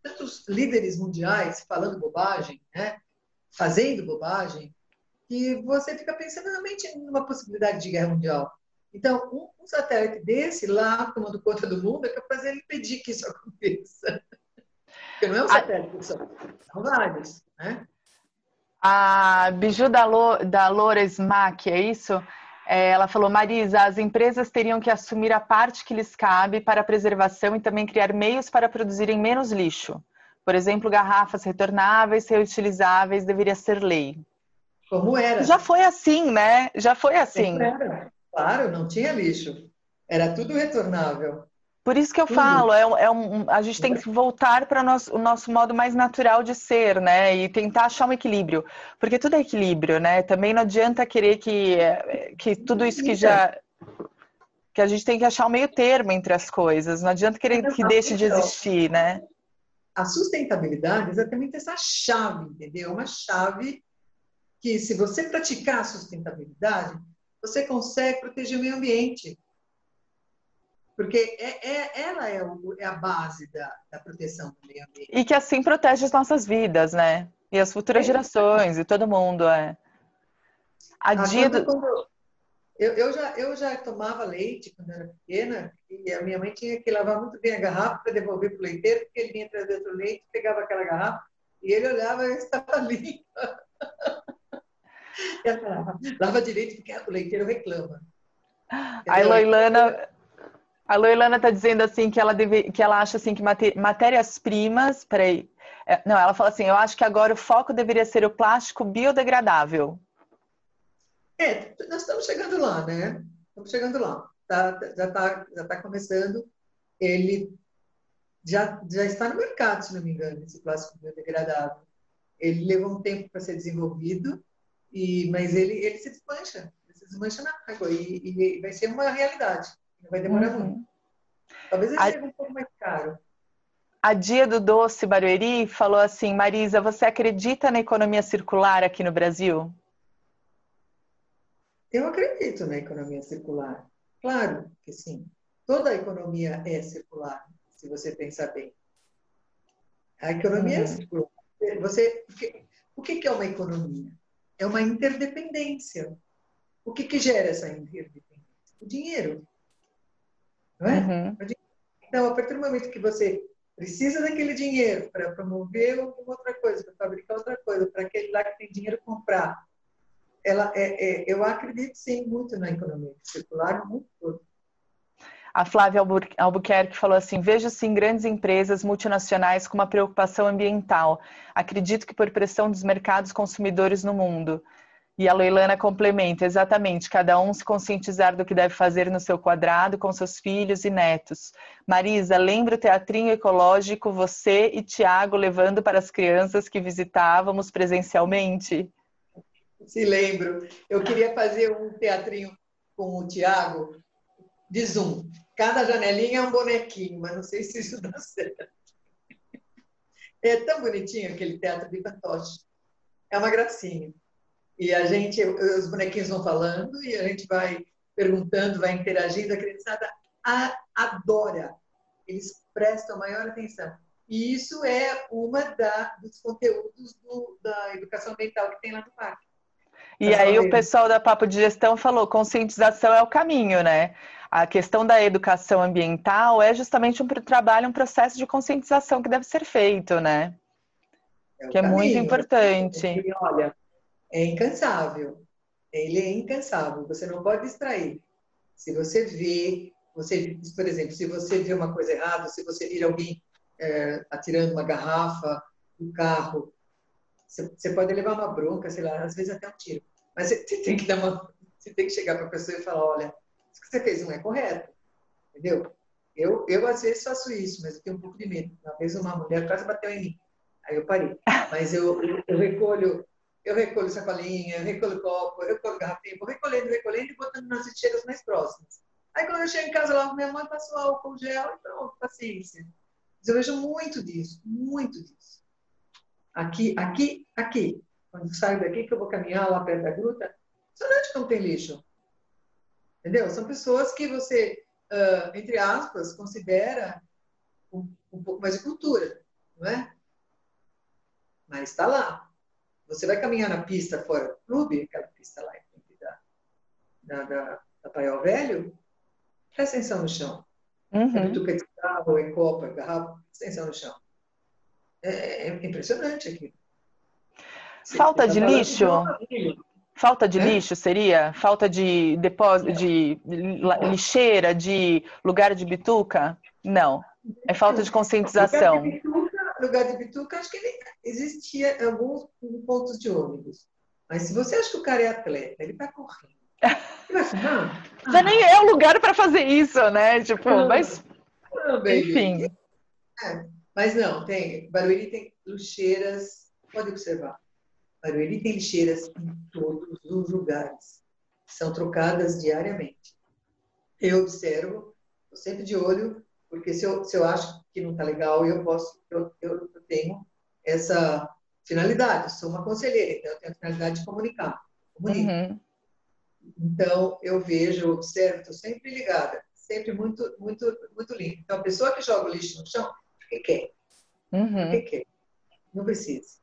tantos líderes mundiais falando bobagem, né? Fazendo bobagem, que você fica pensando realmente numa possibilidade de guerra mundial. Então, um, um satélite desse lá, tomando conta do mundo, é capaz de impedir que isso aconteça. Porque não é um satélite só, são vários, né? A Biju da, Lo, da Lores Mack, é isso? É, ela falou, Marisa, as empresas teriam que assumir a parte que lhes cabe para a preservação e também criar meios para produzirem menos lixo. Por exemplo, garrafas retornáveis, reutilizáveis, deveria ser lei. Como era. Já foi assim, né? Já foi Como assim. era. Claro, não tinha lixo. Era tudo retornável. Por isso que eu Tudo. falo, é, um, é um, a gente tem que voltar para o nosso, o nosso modo mais natural de ser, né? E tentar achar um equilíbrio. Porque tudo é equilíbrio, né? Também não adianta querer que, que tudo isso que já... que a gente tem que achar um meio termo entre as coisas. Não adianta querer que deixe de existir, né? A sustentabilidade é exatamente essa chave, entendeu? Uma chave que, se você praticar a sustentabilidade, você consegue proteger o meio ambiente. Porque é, é, ela é, o, é a base da, da proteção do meio ambiente. E que assim protege as nossas vidas, né? E as futuras É. gerações, e todo mundo, é. A Ah, dia quando, do... quando eu, eu, já, eu já tomava leite quando era pequena, e a minha mãe tinha que lavar muito bem a garrafa para devolver para o leiteiro, porque ele vinha trazer outro leite, pegava aquela garrafa, e ele olhava e estava limpa. E ela falava, lava direito, porque o leiteiro reclama. A Entendeu? Eloilana... A Loilana está dizendo assim que ela, deve, que ela acha assim que matérias-primas, peraí, é, não, ela fala assim, eu acho que agora o foco deveria ser o plástico biodegradável. É, nós estamos chegando lá, né? Estamos chegando lá. Tá, já está já tá começando. Ele já, já está no mercado, se não me engano, esse plástico biodegradável. Ele levou um tempo para ser desenvolvido, e, mas ele, ele se desmancha. Ele se desmancha na água e, e vai ser uma realidade. Não vai demorar muito. Uhum. Talvez ele A, seja um pouco mais caro. a Dia do Doce Barueri falou assim, Marisa, você acredita na economia circular aqui no Brasil? Eu acredito na economia circular. Claro que sim. Toda a economia é circular, se você pensar bem. A economia é Uhum. circular. Você, porque, o que é uma economia? É uma interdependência. O que, que gera essa interdependência? O dinheiro. Não é? Uhum. Então, a partir do momento que você precisa daquele dinheiro para promover alguma outra coisa, para fabricar outra coisa, para aquele lá que tem dinheiro comprar, ela é, é, eu acredito sim muito na economia circular no mundo todo. A Flávia Albuquerque falou assim, vejo sim grandes empresas multinacionais com uma preocupação ambiental. Acredito que por pressão dos mercados consumidores no mundo. E a Loilana complementa, exatamente, cada um se conscientizar do que deve fazer no seu quadrado com seus filhos e netos. Marisa, lembra o teatrinho ecológico, você e Tiago levando para as crianças que visitávamos presencialmente? Se lembro, eu queria fazer um teatrinho com o Tiago de Zoom. Cada janelinha é um bonequinho, mas não sei se isso dá certo. É tão bonitinho aquele teatro de fantoche. É uma gracinha. E a gente, os bonequinhos vão falando e a gente vai perguntando, vai interagindo. A criançada adora. Eles prestam maior atenção. E isso é uma da, dos conteúdos do, da educação ambiental que tem lá no parque. E aí o pessoal da Papo de Gestão falou, conscientização é o caminho, né? A questão da educação ambiental é justamente um trabalho, um processo de conscientização que deve ser feito, né? É o Que é muito caminho. importante. E, olha, é incansável. Ele é incansável. Você não pode distrair. Se você vê, você, por exemplo, se você vê uma coisa errada, se você vir alguém é, atirando uma garrafa no carro, você, você pode levar uma bronca, sei lá, às vezes até um tiro. Mas você, você tem que dar uma, você tem que chegar para a pessoa e falar, olha, isso que você fez não é correto, entendeu? Eu, eu às vezes faço isso, mas eu tenho um pouco de medo. Uma vez uma mulher quase bateu em mim, aí eu parei. Mas eu, eu, eu recolho eu recolho sacolinha, eu recolho copo, eu recolho garrafinha, vou recolhendo, recolhendo e botando nas lixeiras mais próximas. Aí quando eu chego em casa, lá minha mãe passou álcool gel e pronto, paciência. Mas eu vejo muito disso, muito disso. Aqui, aqui, aqui. Quando eu saio daqui, que eu vou caminhar lá perto da gruta, impressionante que não tem lixo. Entendeu? São pessoas que você, uh, entre aspas, considera um, um pouco mais de cultura. não é? Mas está lá. Você vai caminhar na pista fora do clube, aquela pista lá da, da, da, da Paiol Velho, presta atenção no chão. É Uhum. bituca de carro, é copa, é garrafa, presta atenção no chão. É, é impressionante aqui. Falta Você tá de falando de lixo? uma família, Falta de né? lixo seria? Falta de depósito, de lixeira, de lugar de bituca? Não. É falta de Lugar de conscientização. bituca, lugar de bituca, acho que ele, existia alguns pontos de ônibus. Mas se você acha que o cara é atleta, ele está correndo. Ele vai fumar? Já nem Ah, é o lugar para fazer isso, né? Tipo, não, mas, não, baby. enfim. É, mas não, tem. Barueri tem lixeiras, pode observar. Barueri tem lixeiras em todos os lugares. São trocadas diariamente. Eu observo, estou sempre de olho, porque se eu, se eu acho que não está legal, eu posso, eu, eu, eu tenho essa finalidade. Eu sou uma conselheira, então eu tenho a finalidade de comunicar. Comunico. Uhum, Então, eu vejo, eu observo, estou sempre ligada, sempre muito, muito, muito limpo. Então, a pessoa que joga o lixo no chão, porque quer, porque uhum. quer, não precisa.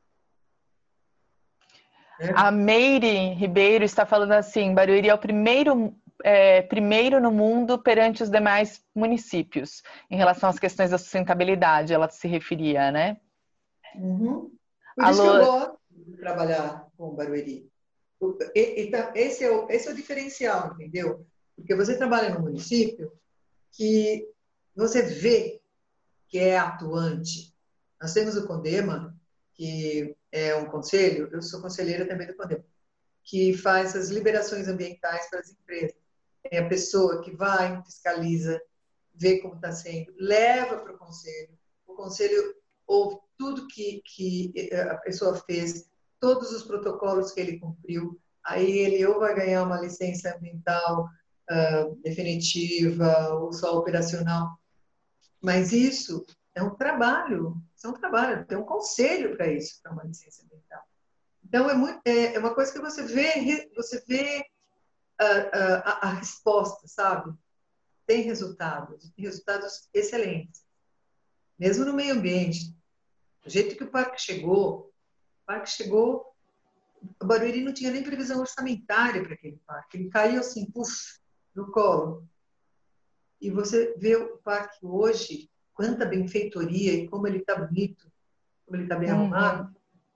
Né? A Meire Ribeiro está falando assim: Barueri é o primeiro, é, primeiro no mundo perante os demais municípios, em relação às questões da sustentabilidade, ela se referia, né? Uhum. Por isso que eu Alô, gosto de trabalhar com o Barueri. O- e- Então, esse é o, esse é o diferencial, entendeu? Porque você trabalha num município que você vê que é atuante. Nós temos o CONDEMA, que é um conselho, eu sou conselheira também do CONDEMA, que faz as liberações ambientais para as empresas. É a pessoa que vai, fiscaliza, vê como está sendo, leva para o conselho. O conselho ouve tudo que, que a pessoa fez, todos os protocolos que ele cumpriu. Aí ele ou vai ganhar uma licença ambiental uh, definitiva ou só operacional. Mas isso é um trabalho, isso é um trabalho, tem um conselho para isso, para uma licença ambiental. Então, é, muito, é, é uma coisa que você vê, você vê a, a, a resposta, sabe? Tem resultados, tem resultados excelentes. Mesmo no meio ambiente. Do jeito que o parque chegou, o parque chegou, o Barueri não tinha nem previsão orçamentária para aquele parque. Ele caiu assim, puf, no colo. E você vê o parque hoje, quanta benfeitoria e como ele está bonito, como ele está bem uhum. arrumado.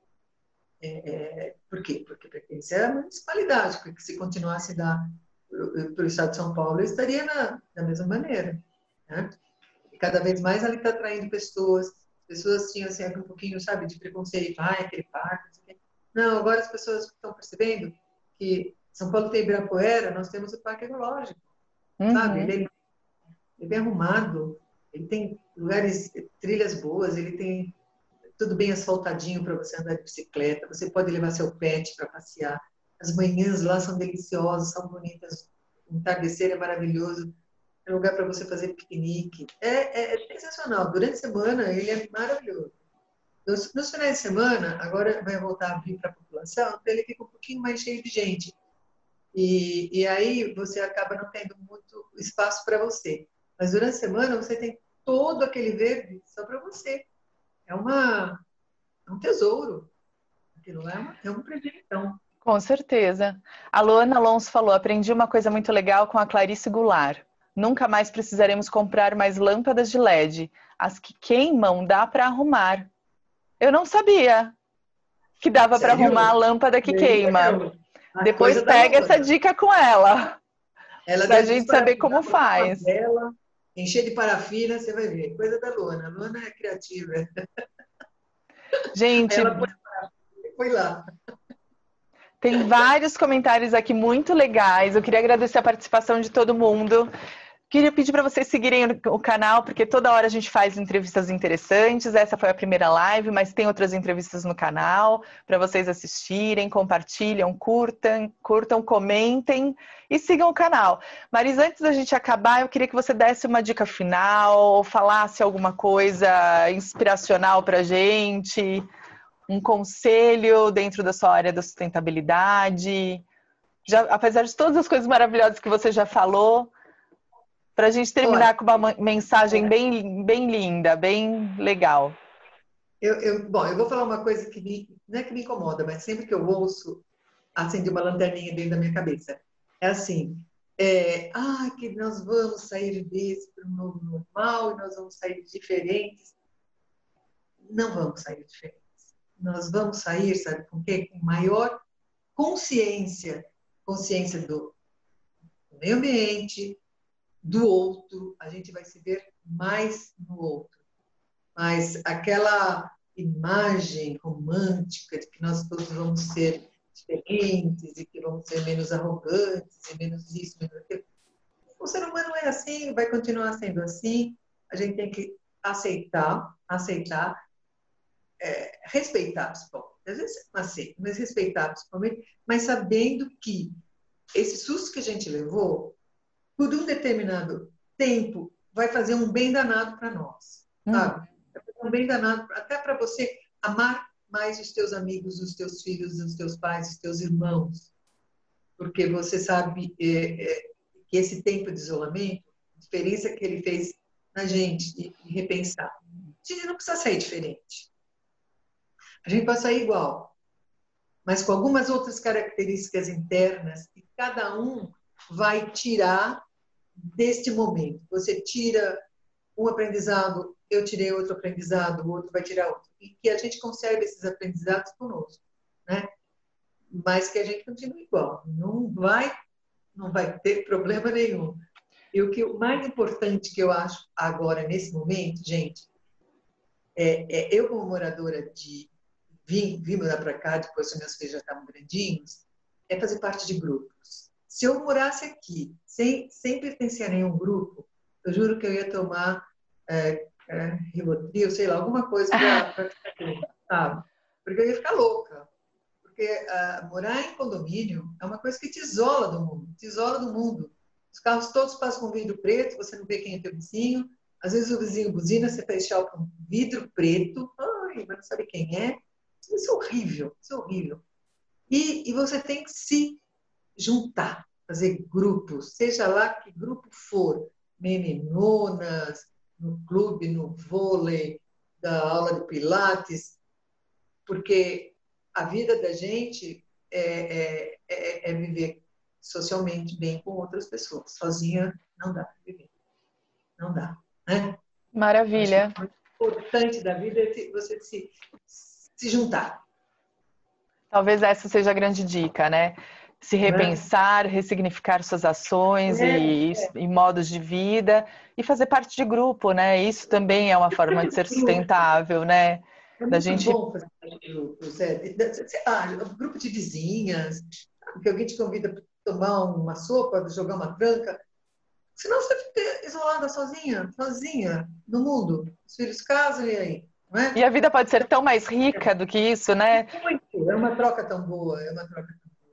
É, é, por quê? Porque pertence à municipalidade, porque se continuasse da, para o estado de São Paulo, eu estaria na, da mesma maneira. Né? E cada vez mais ela está atraindo pessoas. Pessoas tinham assim, um pouquinho, sabe, de preconceito. Ah, é aquele parque, não sei o quê. Não, agora as pessoas estão percebendo que São Paulo tem Ibirapuera, nós temos o Parque Ecológico, sabe? Uhum. Ele é, ele é bem arrumado, ele tem lugares, trilhas boas, ele tem tudo bem asfaltadinho para você andar de bicicleta, você pode levar seu pet para passear. As manhãs lá são deliciosas, são bonitas, o entardecer é maravilhoso, é lugar para você fazer piquenique. É, é, é sensacional. Durante a semana ele é maravilhoso. Nos, nos finais de semana, agora vai voltar a abrir para a população, então ele fica um pouquinho mais cheio de gente. E, e aí você acaba não tendo muito espaço para você. Mas durante a semana você tem todo aquele verde só para você. É, uma, é um tesouro. Aquilo lá é, uma, é um presentão. Com certeza. A Luana Alonso falou: aprendi uma coisa muito legal com a Clarice Goulart. Nunca mais precisaremos comprar mais lâmpadas de L E D. As que queimam dá para arrumar. Eu não sabia que dava para arrumar a Sério? lâmpada que Nem queima. eu. A Depois coisa da pega essa Luana. dica com ela, Ela para a deve gente saber como desparafusar, botar uma faz. vela, encher de parafina, você vai ver. Coisa da Luana. A Luana é criativa. Aí Gente, ela põe, foi lá. tem vários comentários aqui muito legais. Eu queria agradecer a participação de todo mundo. Queria pedir para vocês seguirem o canal, porque toda hora a gente faz entrevistas interessantes. Essa foi a primeira live, mas tem outras entrevistas no canal para vocês assistirem, compartilham, curtam, curtam, comentem e sigam o canal. Mas antes da gente acabar, eu queria que você desse uma dica final, falasse alguma coisa inspiracional para a gente, um conselho dentro da sua área da sustentabilidade. Já, apesar de todas as coisas maravilhosas que você já falou, para a gente Olha, terminar com uma mensagem bem, bem linda, bem legal. Eu, eu, bom, eu vou falar uma coisa que me, não é que me incomoda, mas sempre que eu ouço, acende uma lanterninha dentro da minha cabeça. É assim, é, ah, que nós vamos sair desse para um novo normal e nós vamos sair diferentes. Não vamos sair diferentes. Nós vamos sair, sabe com quê? Com maior consciência, consciência do meio ambiente, do outro. A gente vai se ver mais no outro. Mas aquela imagem romântica de que nós todos vamos ser diferentes e que vamos ser menos arrogantes e menos isso, menos aquilo. O ser humano é assim, vai continuar sendo assim. A gente tem que aceitar, aceitar, é, respeitar, principalmente. Às vezes não aceita, mas respeitar, principalmente, mas sabendo que esse susto que a gente levou, por um determinado tempo, vai fazer um bem danado para nós, sabe? Hum. Vai fazer um bem danado até para você amar mais os teus amigos, os teus filhos, os teus pais, os teus irmãos. Porque você sabe é, é, que esse tempo de isolamento, a diferença que ele fez na gente, de, de repensar. A gente não precisa sair diferente. A gente pode sair igual, mas com algumas outras características internas que cada um vai tirar deste momento. Você tira um aprendizado, eu tirei outro aprendizado, o outro vai tirar outro. E que a gente conserve esses aprendizados conosco, né? Mas que a gente continue igual. Não vai, não vai ter problema nenhum. E o que o mais importante que eu acho agora, nesse momento, gente, é, é eu como moradora de... Vim, vim morar para cá, depois que meus filhos já estavam grandinhos, é fazer parte de grupos. Se eu morasse aqui, sem, sem pertencer a nenhum grupo, eu juro que eu ia tomar é, é, Rivotril, sei lá, alguma coisa para ficar bem, sabe? Porque eu ia ficar louca. Porque uh, morar em condomínio é uma coisa que te isola do mundo, te isola do mundo. Os carros todos passam com vidro preto, você não vê quem é teu vizinho. Às vezes o vizinho buzina, você faz tchau com vidro preto, ai, mas não sabe quem é. Isso é horrível, isso é horrível. E, e você tem que se juntar, fazer grupos, seja lá que grupo for, meninonas, no clube, no vôlei, da aula de pilates, porque a vida da gente é, é, é, é viver socialmente bem com outras pessoas. Sozinha não dá para viver. Não dá, né? Maravilha. O importante da vida é você se, se juntar. Talvez essa seja a grande dica, né? Se repensar, é. ressignificar suas ações é, e, é. e modos de vida e fazer parte de grupo, né? Isso também é uma forma de ser sustentável, né? É muito da gente... bom fazer parte de grupos. É. Sei lá, grupo de vizinhas, que alguém te convida para tomar uma sopa, jogar uma tranca. Senão você fica isolada sozinha, sozinha no mundo. Os filhos casam e aí? Não é? E a vida pode ser tão mais rica do que isso, né? Muito. É uma troca tão boa, é uma troca tão boa.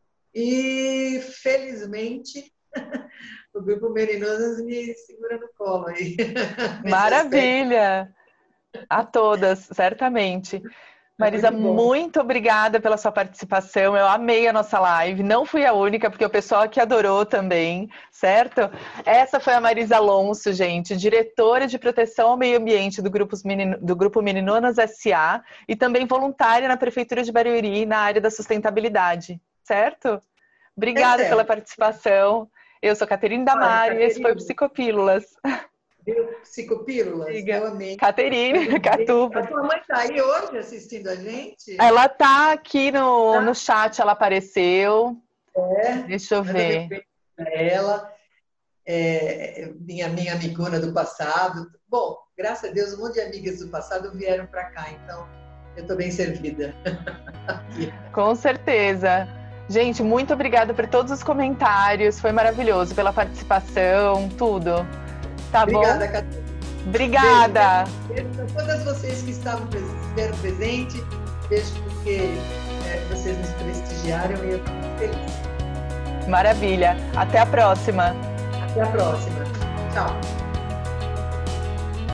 E, felizmente, o Grupo Meninonas me segura no colo aí. Maravilha! A todas, certamente. Marisa, muito obrigada pela sua participação. Eu amei a nossa live. Não fui a única, porque o pessoal aqui adorou também, certo? Essa foi a Marisa Alonso, gente, diretora de proteção ao meio ambiente do Grupo, Menino, do Grupo Meninonas S A e também voluntária na Prefeitura de Barueri na área da sustentabilidade, certo? Obrigada é pela participação. Eu sou Caterine Damari e esse foi o Psicopílulas. Psicopílulas, Diga. Eu amei. Caterine, Catuba. A tua mãe está aí hoje assistindo a gente? Ela está aqui no, tá. no chat, ela apareceu. É, Deixa eu ver. Ela, é, minha, minha amigona do passado. Bom, graças a Deus, um monte de amigas do passado vieram para cá, então eu estou bem servida. Com certeza. Gente, muito obrigada por todos os comentários, foi maravilhoso, pela participação, tudo. Tá Obrigada, bom? Catarina. Obrigada. Beijo para todas vocês que estavam estiveram presentes. Beijo porque é, vocês nos prestigiaram e eu estou muito feliz. Maravilha. Até a próxima. Até a próxima. Tchau.